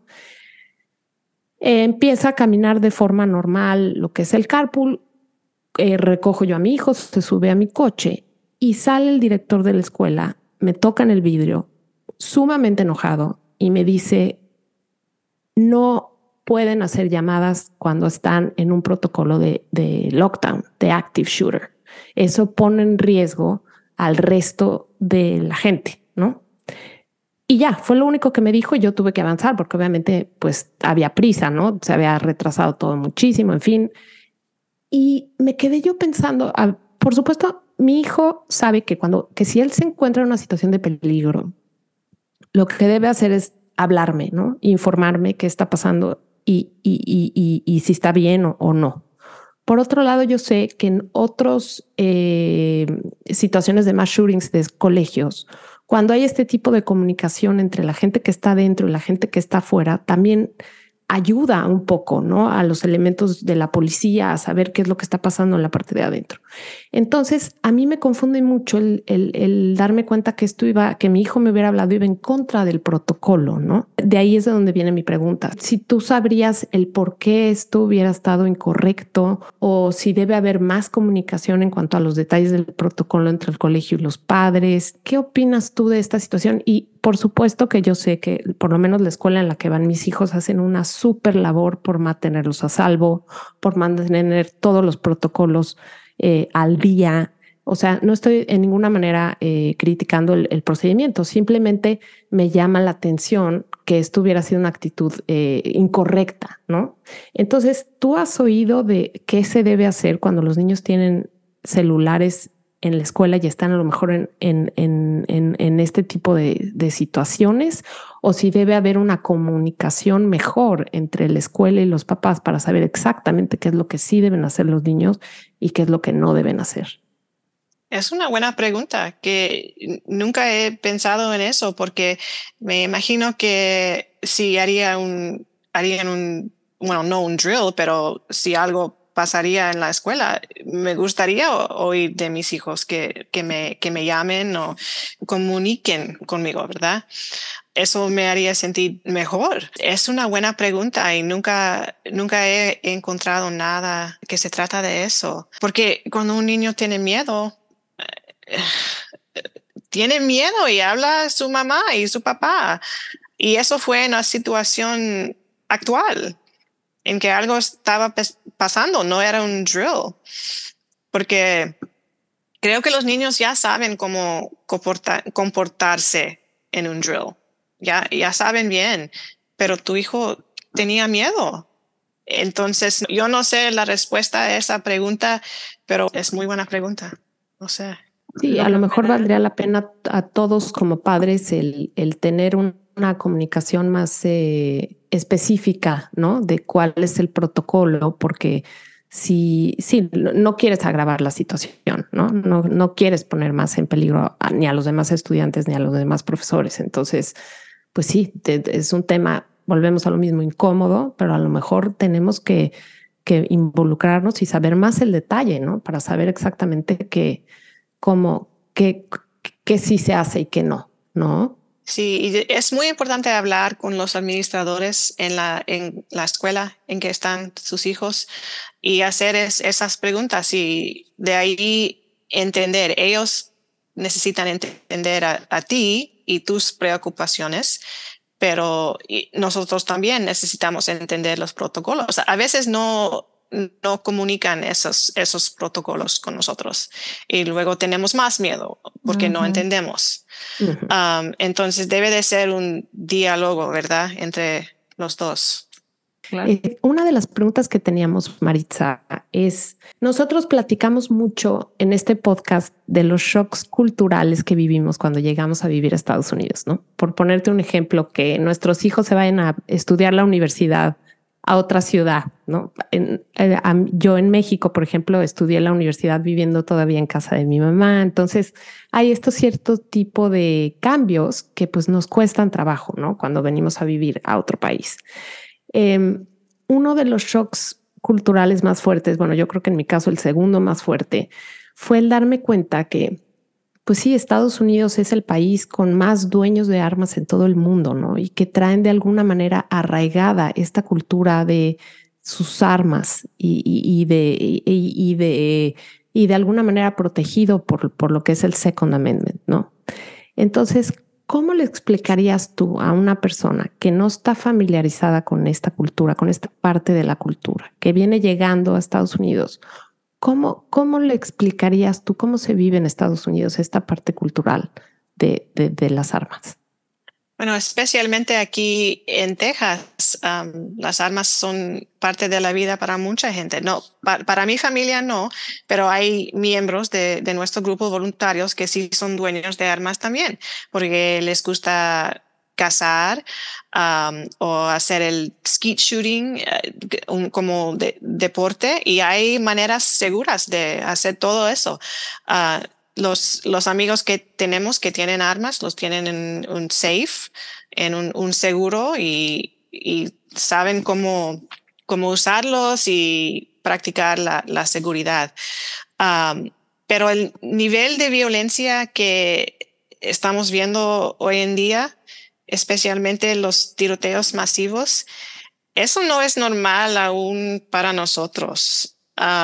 Empieza a caminar de forma normal lo que es el carpool, recojo yo a mi hijo, se sube a mi coche y sale el director de la escuela, me toca en el vidrio, sumamente enojado, y me dice, no pueden hacer llamadas cuando están en un protocolo de lockdown, de active shooter. Eso pone en riesgo al resto de la gente, ¿no? Y ya, fue lo único que me dijo y yo tuve que avanzar porque obviamente pues había prisa, ¿no? Se había retrasado todo muchísimo, en fin. Y me quedé yo pensando, por supuesto, mi hijo sabe que si él se encuentra en una situación de peligro, lo que debe hacer es hablarme, ¿no? Informarme qué está pasando y si está bien o no. Por otro lado, yo sé que en otras situaciones de mass shootings de colegios, cuando hay este tipo de comunicación entre la gente que está dentro y la gente que está afuera, también ayuda un poco, ¿no? A los elementos de la policía a saber qué es lo que está pasando en la parte de adentro. Entonces, a mí me confunde mucho el darme cuenta que que mi hijo me hubiera hablado, iba en contra del protocolo, ¿no? De ahí es de donde viene mi pregunta. Si tú sabrías el por qué esto hubiera estado incorrecto o si debe haber más comunicación en cuanto a los detalles del protocolo entre el colegio y los padres, ¿qué opinas tú de esta situación? Y por supuesto que yo sé que por lo menos la escuela en la que van mis hijos hacen una súper labor por mantenerlos a salvo, por mantener todos los protocolos al día. O sea, no estoy en ninguna manera criticando el procedimiento, simplemente me llama la atención que esto hubiera sido una actitud incorrecta, ¿no? Entonces, ¿tú has oído de qué se debe hacer cuando los niños tienen celulares en la escuela y están a lo mejor en este tipo de situaciones, o si debe haber una comunicación mejor entre la escuela y los papás para saber exactamente qué es lo que sí deben hacer los niños y qué es lo que no deben hacer?
Es una buena pregunta que nunca he pensado en eso porque me imagino que si harían bueno, no un drill, pero si algo pasaría en la escuela, me gustaría oír de mis hijos que me llamen o comuniquen conmigo, ¿verdad? Eso me haría sentir mejor. Es una buena pregunta y nunca he encontrado nada que se trata de eso. Porque cuando un niño tiene miedo y habla a su mamá y su papá. Y eso fue una situación actual en que algo estaba pasando, no era un drill. Porque creo que los niños ya saben cómo comportarse en un drill. Ya saben bien, pero tu hijo tenía miedo. Entonces, yo no sé la respuesta a esa pregunta, pero es muy buena pregunta. No sé.
Sí, a lo mejor valdría la pena a todos como padres el tener una comunicación más específica, ¿no? De cuál es el protocolo, porque si no quieres agravar la situación, ¿no? No quieres poner más en peligro ni a los demás estudiantes ni a los demás profesores. Entonces, pues sí, es un tema, volvemos a lo mismo, incómodo, pero a lo mejor tenemos que involucrarnos y saber más el detalle, ¿no? Para saber exactamente qué sí se hace y qué no, ¿no?
Sí, y es muy importante hablar con los administradores en la escuela en que están sus hijos y hacer esas preguntas y de ahí entender. Ellos necesitan entender a ti y tus preocupaciones, pero nosotros también necesitamos entender los protocolos. A veces no comunican esos protocolos con nosotros y luego tenemos más miedo porque no entendemos. Entonces debe de ser un diálogo, ¿verdad?, entre los dos.
Claro.
Una de las preguntas que teníamos, Maritza, es, nosotros platicamos mucho en este podcast de los shocks culturales que vivimos cuando llegamos a vivir a Estados Unidos, ¿no? Por ponerte un ejemplo, que nuestros hijos se vayan a estudiar la universidad a otra ciudad, ¿no? Yo en México, por ejemplo, estudié la universidad viviendo todavía en casa de mi mamá. Entonces hay estos ciertos tipos de cambios que pues nos cuestan trabajo, ¿no? Cuando venimos a vivir a otro país. Uno de los shocks culturales más fuertes, bueno, yo creo que en mi caso el segundo más fuerte, fue el darme cuenta que, pues sí, Estados Unidos es el país con más dueños de armas en todo el mundo, ¿no? Y que traen de alguna manera arraigada esta cultura de sus armas y de alguna manera protegido por lo que es el Second Amendment, ¿no? Entonces, ¿cómo le explicarías tú a una persona que no está familiarizada con esta cultura, con esta parte de la cultura, que viene llegando a Estados Unidos? ¿Cómo le explicarías tú cómo se vive en Estados Unidos esta parte cultural de las armas?
Bueno, especialmente aquí en Texas, las armas son parte de la vida para mucha gente. No, para mi familia no, pero hay miembros de nuestro grupo de voluntarios que sí son dueños de armas también, porque les gusta cazar o hacer el skeet shooting como deporte, y hay maneras seguras de hacer todo eso. Los amigos que tenemos que tienen armas los tienen en un safe, en un seguro, y saben cómo usarlos y practicar la seguridad. Pero el nivel de violencia que estamos viendo hoy en día, especialmente los tiroteos masivos, eso no es normal aún para nosotros.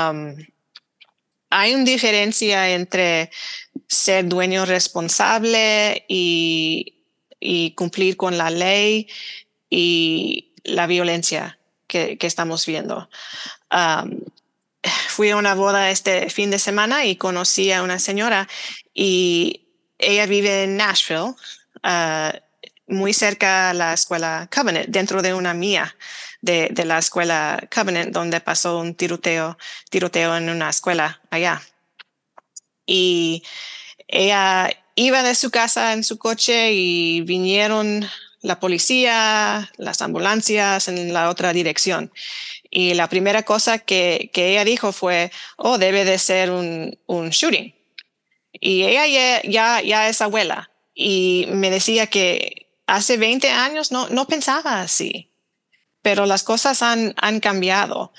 Hay una diferencia entre ser dueño responsable y cumplir con la ley y la violencia que estamos viendo. Fui a una boda este fin de semana y conocí a una señora, y ella vive en Nashville, muy cerca a la escuela Covenant, dentro de una milla de la escuela Covenant, donde pasó un tiroteo en una escuela allá. Y ella iba de su casa en su coche y vinieron la policía, las ambulancias en la otra dirección. Y la primera cosa que ella dijo fue, oh, debe de ser un shooting. Y ella ya es abuela, y me decía que hace 20 años no pensaba así, pero las cosas han cambiado.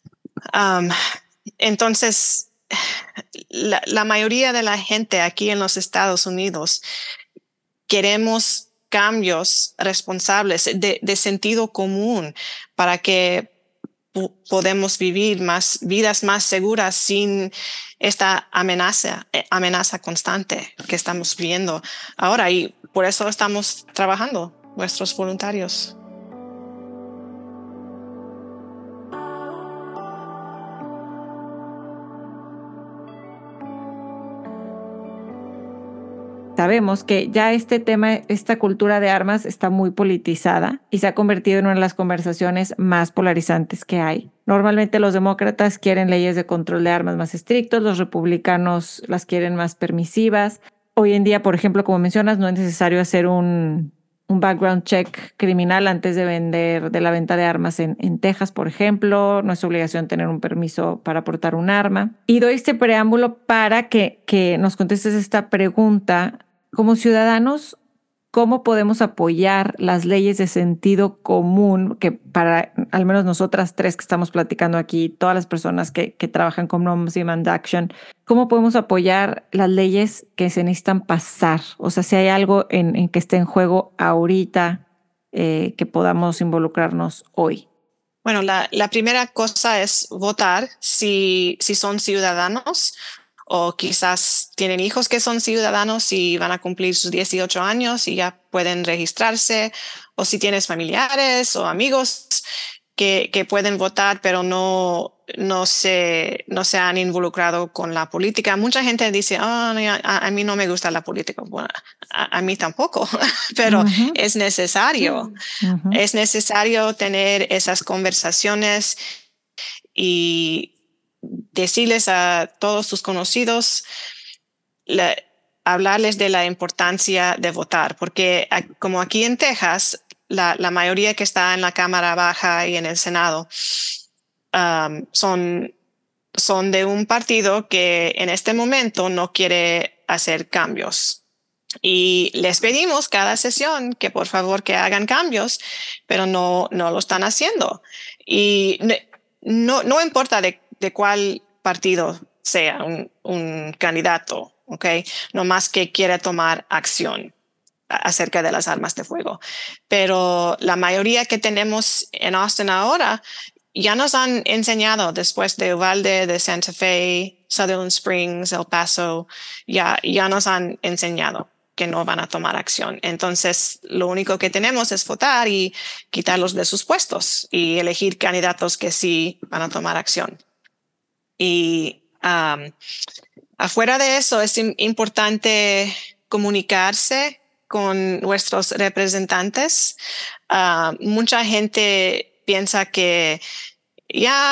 Entonces, la mayoría de la gente aquí en los Estados Unidos queremos cambios responsables de sentido común para que podemos vivir vidas más seguras sin esta amenaza constante que estamos viendo ahora, y por eso estamos trabajando, nuestros voluntarios.
Sabemos que ya este tema, esta cultura de armas está muy politizada y se ha convertido en una de las conversaciones más polarizantes que hay. Normalmente los demócratas quieren leyes de control de armas más estrictos, los republicanos las quieren más permisivas. Hoy en día, por ejemplo, como mencionas, no es necesario hacer un background check criminal antes de la venta de armas en Texas, por ejemplo. No es obligación tener un permiso para portar un arma. Y doy este preámbulo para que nos contestes esta pregunta. Como ciudadanos, ¿cómo podemos apoyar las leyes de sentido común que para al menos nosotras tres que estamos platicando aquí, todas las personas que trabajan con No Demand Action, cómo podemos apoyar las leyes que se necesitan pasar? O sea, si hay algo en que esté en juego ahorita que podamos involucrarnos hoy.
Bueno, la primera cosa es votar si son ciudadanos o quizás tienen hijos que son ciudadanos y van a cumplir sus 18 años y ya pueden registrarse, o si tienes familiares o amigos que pueden votar, pero no se han involucrado con la política. Mucha gente dice, a mí no me gusta la política. Bueno, a mí tampoco, pero es necesario. Es necesario tener esas conversaciones y decirles a todos tus conocidos, hablarles de la importancia de votar, porque como aquí en Texas, la mayoría que está en la Cámara Baja y en el Senado son de un partido que en este momento no quiere hacer cambios. Y les pedimos cada sesión que por favor que hagan cambios, pero no lo están haciendo. Y no importa de cuál partido sea un candidato, ¿ok? No más que quiera tomar acción acerca de las armas de fuego. Pero la mayoría que tenemos en Austin ahora ya nos han enseñado, después de Uvalde, de Santa Fe, Sutherland Springs, El Paso, ya nos han enseñado que no van a tomar acción. Entonces, lo único que tenemos es votar y quitarlos de sus puestos y elegir candidatos que sí van a tomar acción. Y afuera de eso, es importante comunicarse con nuestros representantes. Mucha gente piensa que ya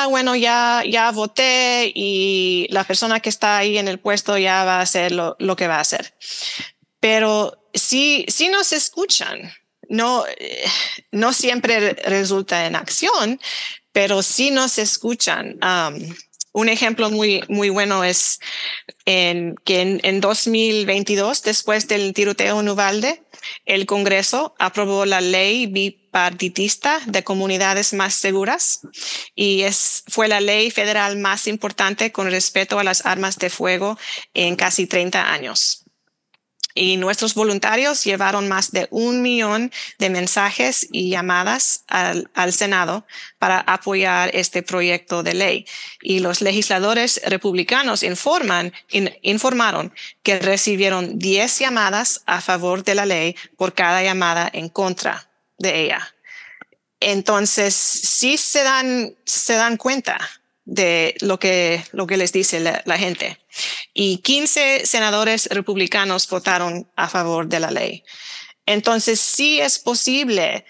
voté y la persona que está ahí en el puesto ya va a hacer lo que va a hacer. Pero si nos escuchan, no siempre resulta en acción, pero si nos escuchan. Un ejemplo muy, muy bueno es que en 2022, después del tiroteo en Uvalde, el Congreso aprobó la ley bipartidista de comunidades más seguras y fue la ley federal más importante con respecto a las armas de fuego en casi 30 años. Y nuestros voluntarios llevaron más de 1 millón de mensajes y llamadas al Senado para apoyar este proyecto de ley. Y los legisladores republicanos informaron que recibieron 10 llamadas a favor de la ley por cada llamada en contra de ella. Entonces, sí se dan cuenta de lo que les dice la gente. Y 15 senadores republicanos votaron a favor de la ley. Entonces, sí es posible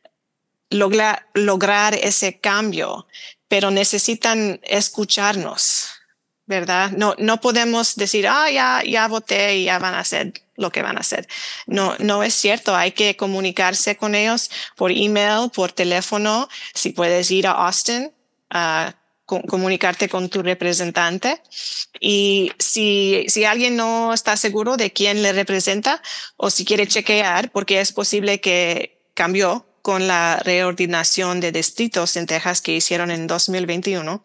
lograr ese cambio, pero necesitan escucharnos, ¿verdad? No podemos decir, ya voté y ya van a hacer lo que van a hacer. No es cierto. Hay que comunicarse con ellos por email, por teléfono. Si puedes ir a Austin, comunicarte con tu representante. Y si alguien no está seguro de quién le representa o si quiere chequear, porque es posible que cambió con la reordenación de distritos en Texas que hicieron en 2021,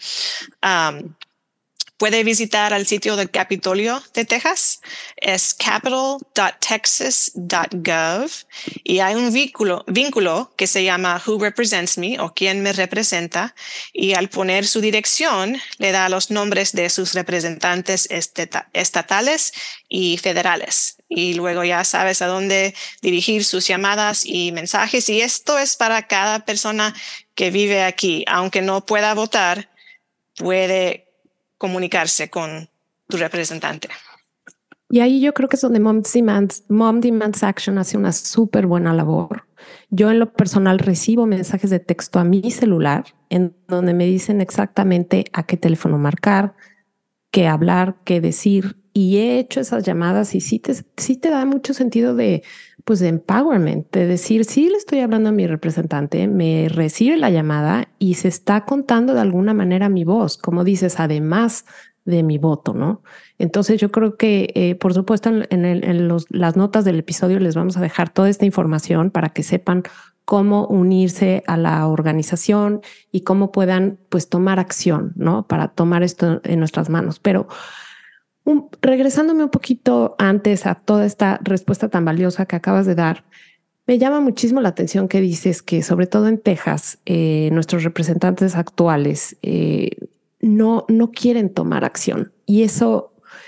puede visitar el sitio del Capitolio de Texas. Es capitol.texas.gov y hay un vínculo que se llama Who Represents Me o quién me representa, y al poner su dirección le da los nombres de sus representantes estatales y federales. Y luego ya sabes a dónde dirigir sus llamadas y mensajes. Y esto es para cada persona que vive aquí. Aunque no pueda votar, puede comunicarse con tu representante.
Y ahí yo creo que es donde Mom Demands Action hace una súper buena labor. Yo en lo personal recibo mensajes de texto a mi celular en donde me dicen exactamente a qué teléfono marcar, qué hablar, qué decir. Y he hecho esas llamadas y sí te da mucho sentido de empowerment, de decir, sí le estoy hablando a mi representante, me recibe la llamada y se está contando de alguna manera mi voz, como dices, además de mi voto, ¿no? Entonces yo creo que, por supuesto, en las notas del episodio les vamos a dejar toda esta información para que sepan cómo unirse a la organización y cómo puedan tomar acción, ¿no? Para tomar esto en nuestras manos. Pero regresándome un poquito antes a toda esta respuesta tan valiosa que acabas de dar, me llama muchísimo la atención que dices que sobre todo en Texas, nuestros representantes actuales no quieren tomar acción. Y eso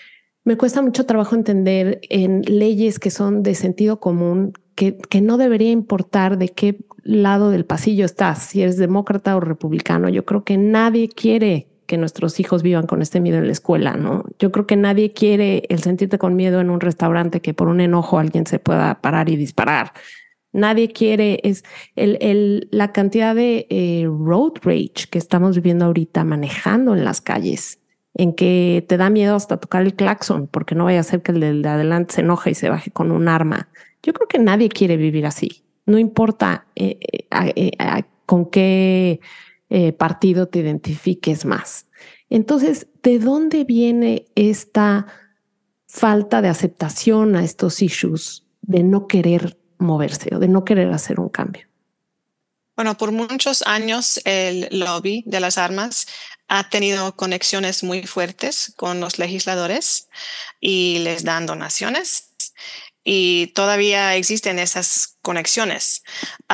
Me cuesta mucho trabajo entender en leyes que son de sentido común que no debería importar de qué lado del pasillo estás, si eres demócrata o republicano. Yo creo que nadie quiere que nuestros hijos vivan con este miedo en la escuela, ¿no? Yo creo que nadie quiere el sentirte con miedo en un restaurante que por un enojo alguien se pueda parar y disparar. Nadie quiere, es la cantidad de road rage que estamos viviendo ahorita manejando en las calles, en que te da miedo hasta tocar el claxon porque no vaya a ser que el de adelante se enoje y se baje con un arma. Yo creo que nadie quiere vivir así. No importa con qué partido te identifiques más. Entonces, ¿de dónde viene esta falta de aceptación a estos issues de no querer moverse o de no querer hacer un cambio?
Bueno, por muchos años el lobby de las armas ha tenido conexiones muy fuertes con los legisladores y les dan donaciones y todavía existen esas conexiones.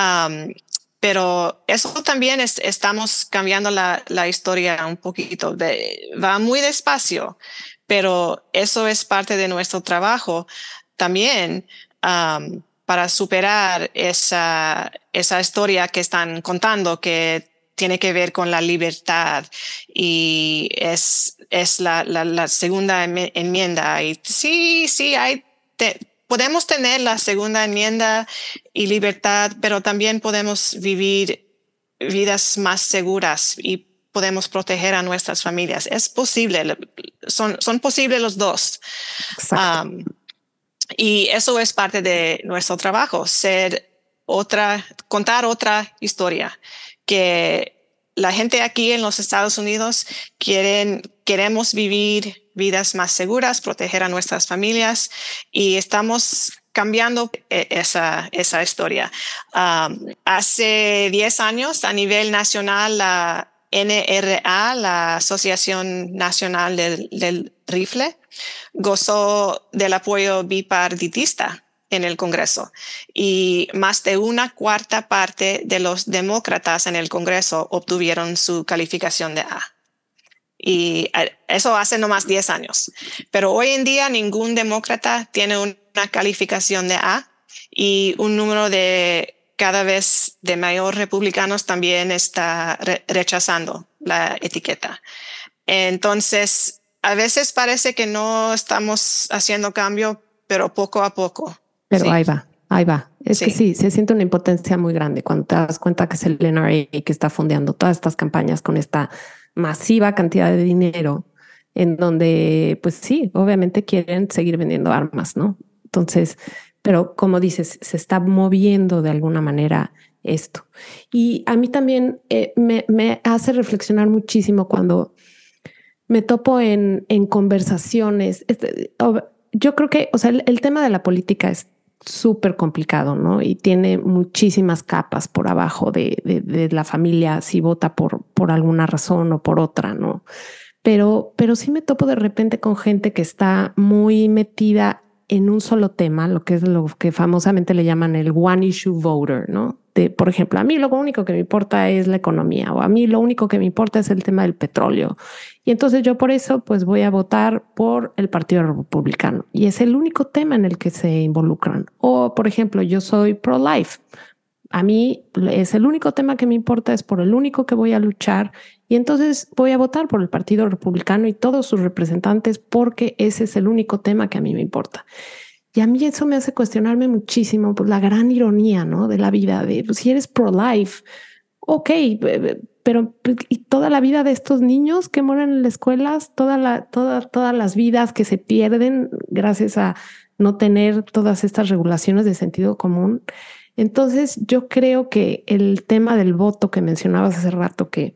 Pero eso también estamos cambiando la historia un poquito. Va muy despacio, pero eso es parte de nuestro trabajo también. Para superar esa historia que están contando, que tiene que ver con la libertad y es la segunda enmienda. Y sí, podemos tener la segunda enmienda y libertad, pero también podemos vivir vidas más seguras y podemos proteger a nuestras familias. Es posible, son posibles los dos.
Exacto.
Y eso es parte de nuestro trabajo, contar otra historia, que la gente aquí en los Estados Unidos queremos vivir vidas más seguras, proteger a nuestras familias y estamos cambiando esa historia. Hace 10 años a nivel nacional, la NRA, la Asociación Nacional del Rifle, gozó del apoyo bipartidista en el Congreso y más de 1/4 parte de los demócratas en el Congreso obtuvieron su calificación de A. Y eso hace nomás 10 años. Pero hoy en día ningún demócrata tiene una calificación de A y un número de cada vez de mayor republicanos también está rechazando la etiqueta. Entonces, a veces parece que no estamos haciendo cambio, pero poco a poco.
Pero
sí.
ahí va. Es que sí, se siente una impotencia muy grande cuando te das cuenta que es el NRA que está fondeando todas estas campañas con esta masiva cantidad de dinero en donde, pues sí, obviamente quieren seguir vendiendo armas, ¿no? Entonces, pero como dices, se está moviendo de alguna manera esto. Y a mí también me hace reflexionar muchísimo cuando me topo en conversaciones. Yo creo que, o sea, el tema de la política es súper complicado, ¿no? Y tiene muchísimas capas por abajo de la familia, si vota por alguna razón o por otra, ¿no? Pero sí me topo de repente con gente que está muy metida en un solo tema, lo que es lo que famosamente le llaman el one issue voter, ¿no? Por ejemplo, a mí lo único que me importa es la economía o a mí lo único que me importa es el tema del petróleo. Y entonces yo por eso pues voy a votar por el Partido Republicano y es el único tema en el que se involucran. O por ejemplo, yo soy pro-life. A mí es el único tema que me importa, es por el único que voy a luchar y entonces voy a votar por el Partido Republicano y todos sus representantes porque ese es el único tema que a mí me importa. Y a mí eso me hace cuestionarme muchísimo por la gran ironía, ¿no? De la vida, de pues, si eres pro-life, ok, pero y toda la vida de estos niños que mueren en las escuelas, todas las vidas que se pierden gracias a no tener todas estas regulaciones de sentido común. Entonces yo creo que el tema del voto que mencionabas hace rato, que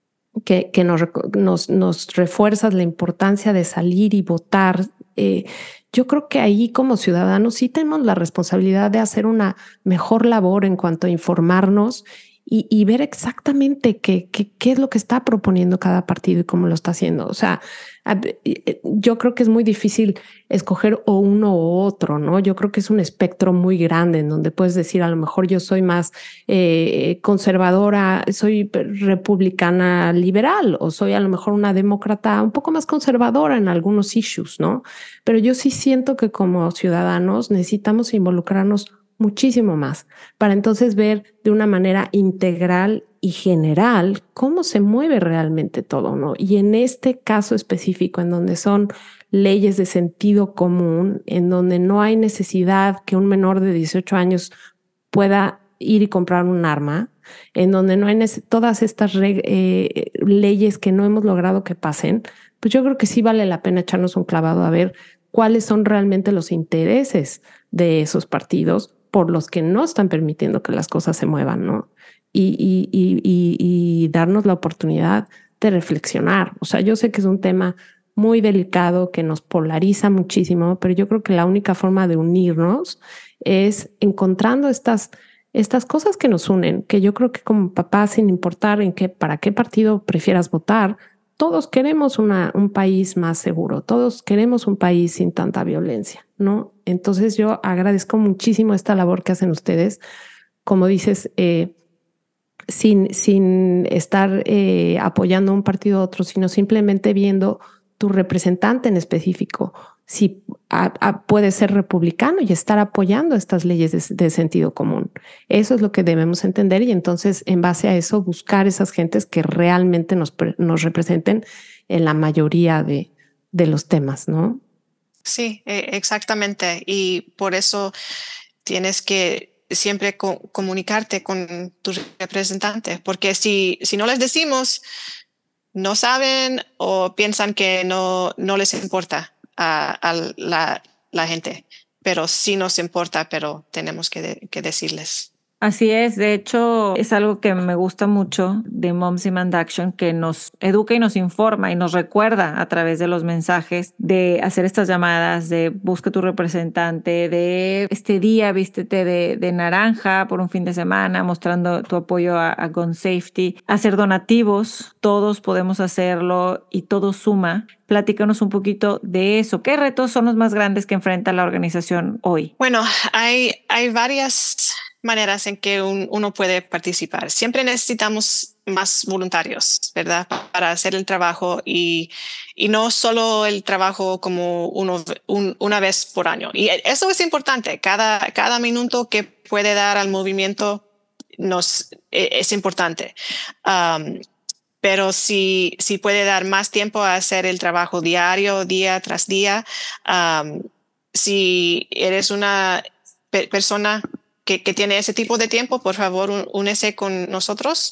nos refuerzas la importancia de salir y votar. Yo creo que ahí como ciudadanos sí tenemos la responsabilidad de hacer una mejor labor en cuanto a informarnos y ver exactamente qué es lo que está proponiendo cada partido y cómo lo está haciendo. O sea, yo creo que es muy difícil escoger o uno u otro, ¿no? Yo creo que es un espectro muy grande en donde puedes decir, a lo mejor yo soy más conservadora, soy republicana liberal, o soy a lo mejor una demócrata un poco más conservadora en algunos issues, ¿no? Pero yo sí siento que como ciudadanos necesitamos involucrarnos muchísimo más para entonces ver de una manera integral y general cómo se mueve realmente todo, ¿no? Y en este caso específico, en donde son leyes de sentido común, en donde no hay necesidad que un menor de 18 años pueda ir y comprar un arma, en donde no hay todas estas leyes que no hemos logrado que pasen, pues yo creo que sí vale la pena echarnos un clavado a ver cuáles son realmente los intereses de esos partidos por los que no están permitiendo que las cosas se muevan, ¿no? Y darnos la oportunidad de reflexionar. O sea, yo sé que es un tema muy delicado que nos polariza muchísimo, pero yo creo que la única forma de unirnos es encontrando estas cosas que nos unen, que yo creo que como papás, sin importar para qué partido prefieras votar, todos queremos un país más seguro, todos queremos un país sin tanta violencia, ¿no? Entonces yo agradezco muchísimo esta labor que hacen ustedes, como dices, sin estar apoyando a un partido u otro, sino simplemente viendo tu representante en específico, si puede ser republicano y estar apoyando estas leyes de sentido común. Eso es lo que debemos entender y entonces en base a eso buscar esas gentes que realmente nos representen en la mayoría de los temas, ¿no?
Sí, exactamente. Y por eso tienes que siempre comunicarte con tus representantes, porque si no les decimos, no saben o piensan que no les importa a la gente, pero sí nos importa, pero tenemos que decirles.
Así es, de hecho es algo que me gusta mucho de Moms Demand Action, que nos educa y nos informa y nos recuerda a través de los mensajes de hacer estas llamadas, de busca tu representante, de este día vístete de naranja por un fin de semana, mostrando tu apoyo a Gun Safety, hacer donativos, todos podemos hacerlo y todo suma. Platícanos un poquito de eso. ¿Qué retos son los más grandes que enfrenta la organización hoy?
Bueno, hay varias maneras en que uno puede participar. Siempre necesitamos más voluntarios, ¿verdad? Para hacer el trabajo y no solo el trabajo como una vez por año. Y eso es importante. Cada minuto que puede dar al movimiento es importante. Pero si puede dar más tiempo a hacer el trabajo diario, día tras día, si eres una persona que tiene ese tipo de tiempo, por favor, únese con nosotros.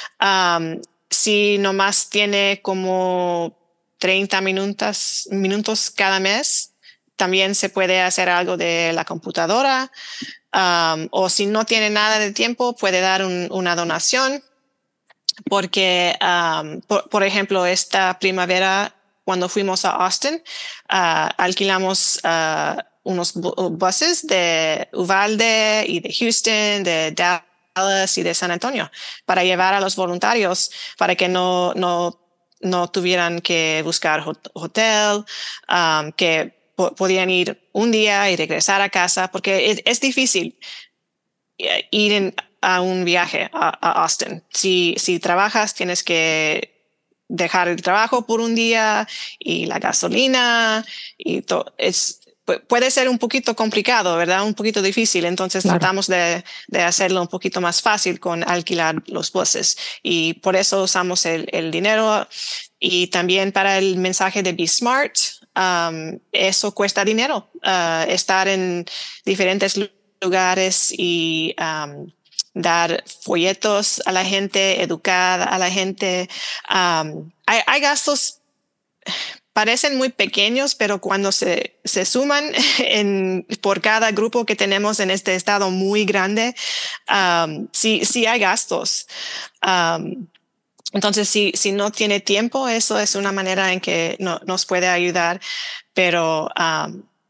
Si nomás tiene como 30 minutos cada mes, también se puede hacer algo de la computadora. O si no tiene nada de tiempo, puede dar una donación. Porque, por ejemplo, esta primavera, cuando fuimos a Austin, alquilamos unos buses de Uvalde y de Houston, de Dallas y de San Antonio para llevar a los voluntarios para que no tuvieran que buscar hotel, que podían ir un día y regresar a casa, porque es difícil ir a un viaje a Austin. Si trabajas, tienes que dejar el trabajo por un día y la gasolina y todo. Puede ser un poquito complicado, ¿verdad? Un poquito difícil. Entonces tratamos de hacerlo un poquito más fácil con alquilar los buses. Y por eso usamos el dinero. Y también para el mensaje de Be Smart, eso cuesta dinero. Estar en diferentes lugares y dar folletos a la gente, educar a la gente. Hay gastos, parecen muy pequeños, pero cuando se suman por cada grupo que tenemos en este estado muy grande, sí hay gastos. Entonces, si no tiene tiempo, eso es una manera en que nos puede ayudar, pero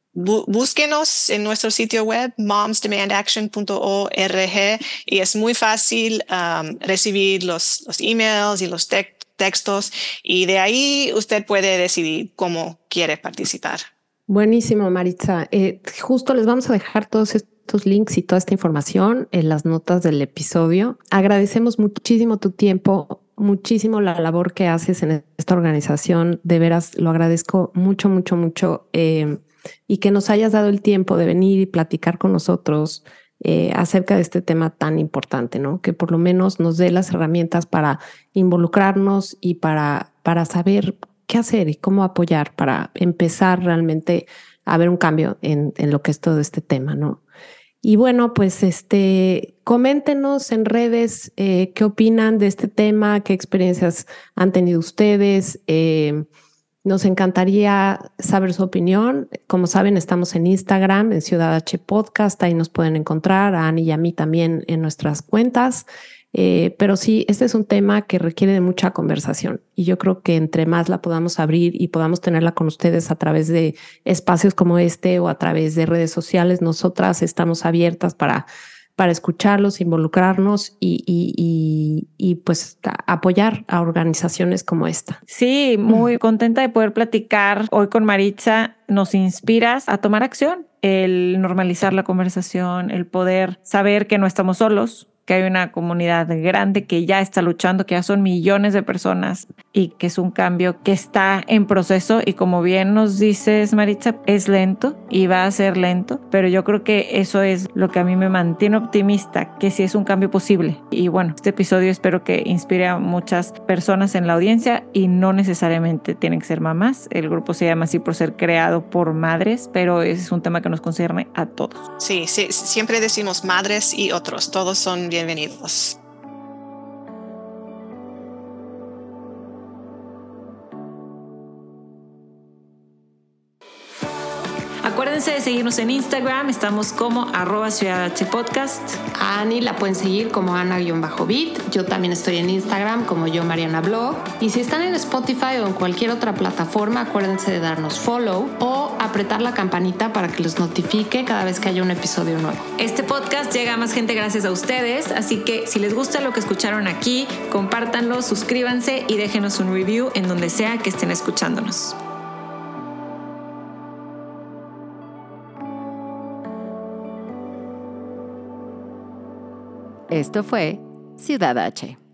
búsquenos en nuestro sitio web momsdemandaction.org y es muy fácil recibir los emails y los textos y de ahí usted puede decidir cómo quiere participar.
Buenísimo, Maritza. Justo les vamos a dejar todos estos links y toda esta información en las notas del episodio. Agradecemos muchísimo tu tiempo, muchísimo la labor que haces en esta organización. De veras, lo agradezco mucho, mucho, mucho. Y que nos hayas dado el tiempo de venir y platicar con nosotros acerca de este tema tan importante, ¿no? Que por lo menos nos dé las herramientas para involucrarnos y para saber qué hacer y cómo apoyar para empezar realmente a ver un cambio en lo que es todo este tema, ¿no? Y bueno, pues coméntenos en redes qué opinan de este tema, qué experiencias han tenido ustedes. Nos encantaría saber su opinión. Como saben, estamos en Instagram, en Ciudad H Podcast. Ahí nos pueden encontrar, a Ani y a mí también en nuestras cuentas. Pero sí, este es un tema que requiere de mucha conversación y yo creo que entre más la podamos abrir y podamos tenerla con ustedes a través de espacios como este o a través de redes sociales, nosotras estamos abiertas para escucharlos, involucrarnos y pues apoyar a organizaciones como esta.
Sí, muy contenta de poder platicar hoy con Maritza. Nos inspiras a tomar acción, el normalizar la conversación, el poder saber que no estamos solos, que hay una comunidad grande que ya está luchando, que ya son millones de personas y que es un cambio que está en proceso y como bien nos dices, Maritza, es lento y va a ser lento, pero yo creo que eso es lo que a mí me mantiene optimista, que sí es un cambio posible. Y bueno, este episodio espero que inspire a muchas personas en la audiencia y no necesariamente tienen que ser mamás. El grupo se llama así por ser creado por madres, pero es un tema que nos concierne a todos.
Sí, siempre decimos madres y otros, todos son bienvenidos.
Acuérdense de seguirnos en Instagram, estamos como @ciudadhpodcast.
A Ani la pueden seguir como Ana-Bit. Yo también estoy en Instagram como yo Mariana Blog. Y si están en Spotify o en cualquier otra plataforma, acuérdense de darnos follow o apretar la campanita para que les notifique cada vez que haya un episodio nuevo.
Este podcast llega a más gente gracias a ustedes, así que si les gusta lo que escucharon aquí, compártanlo, suscríbanse y déjenos un review en donde sea que estén escuchándonos.
Esto fue Ciudad H.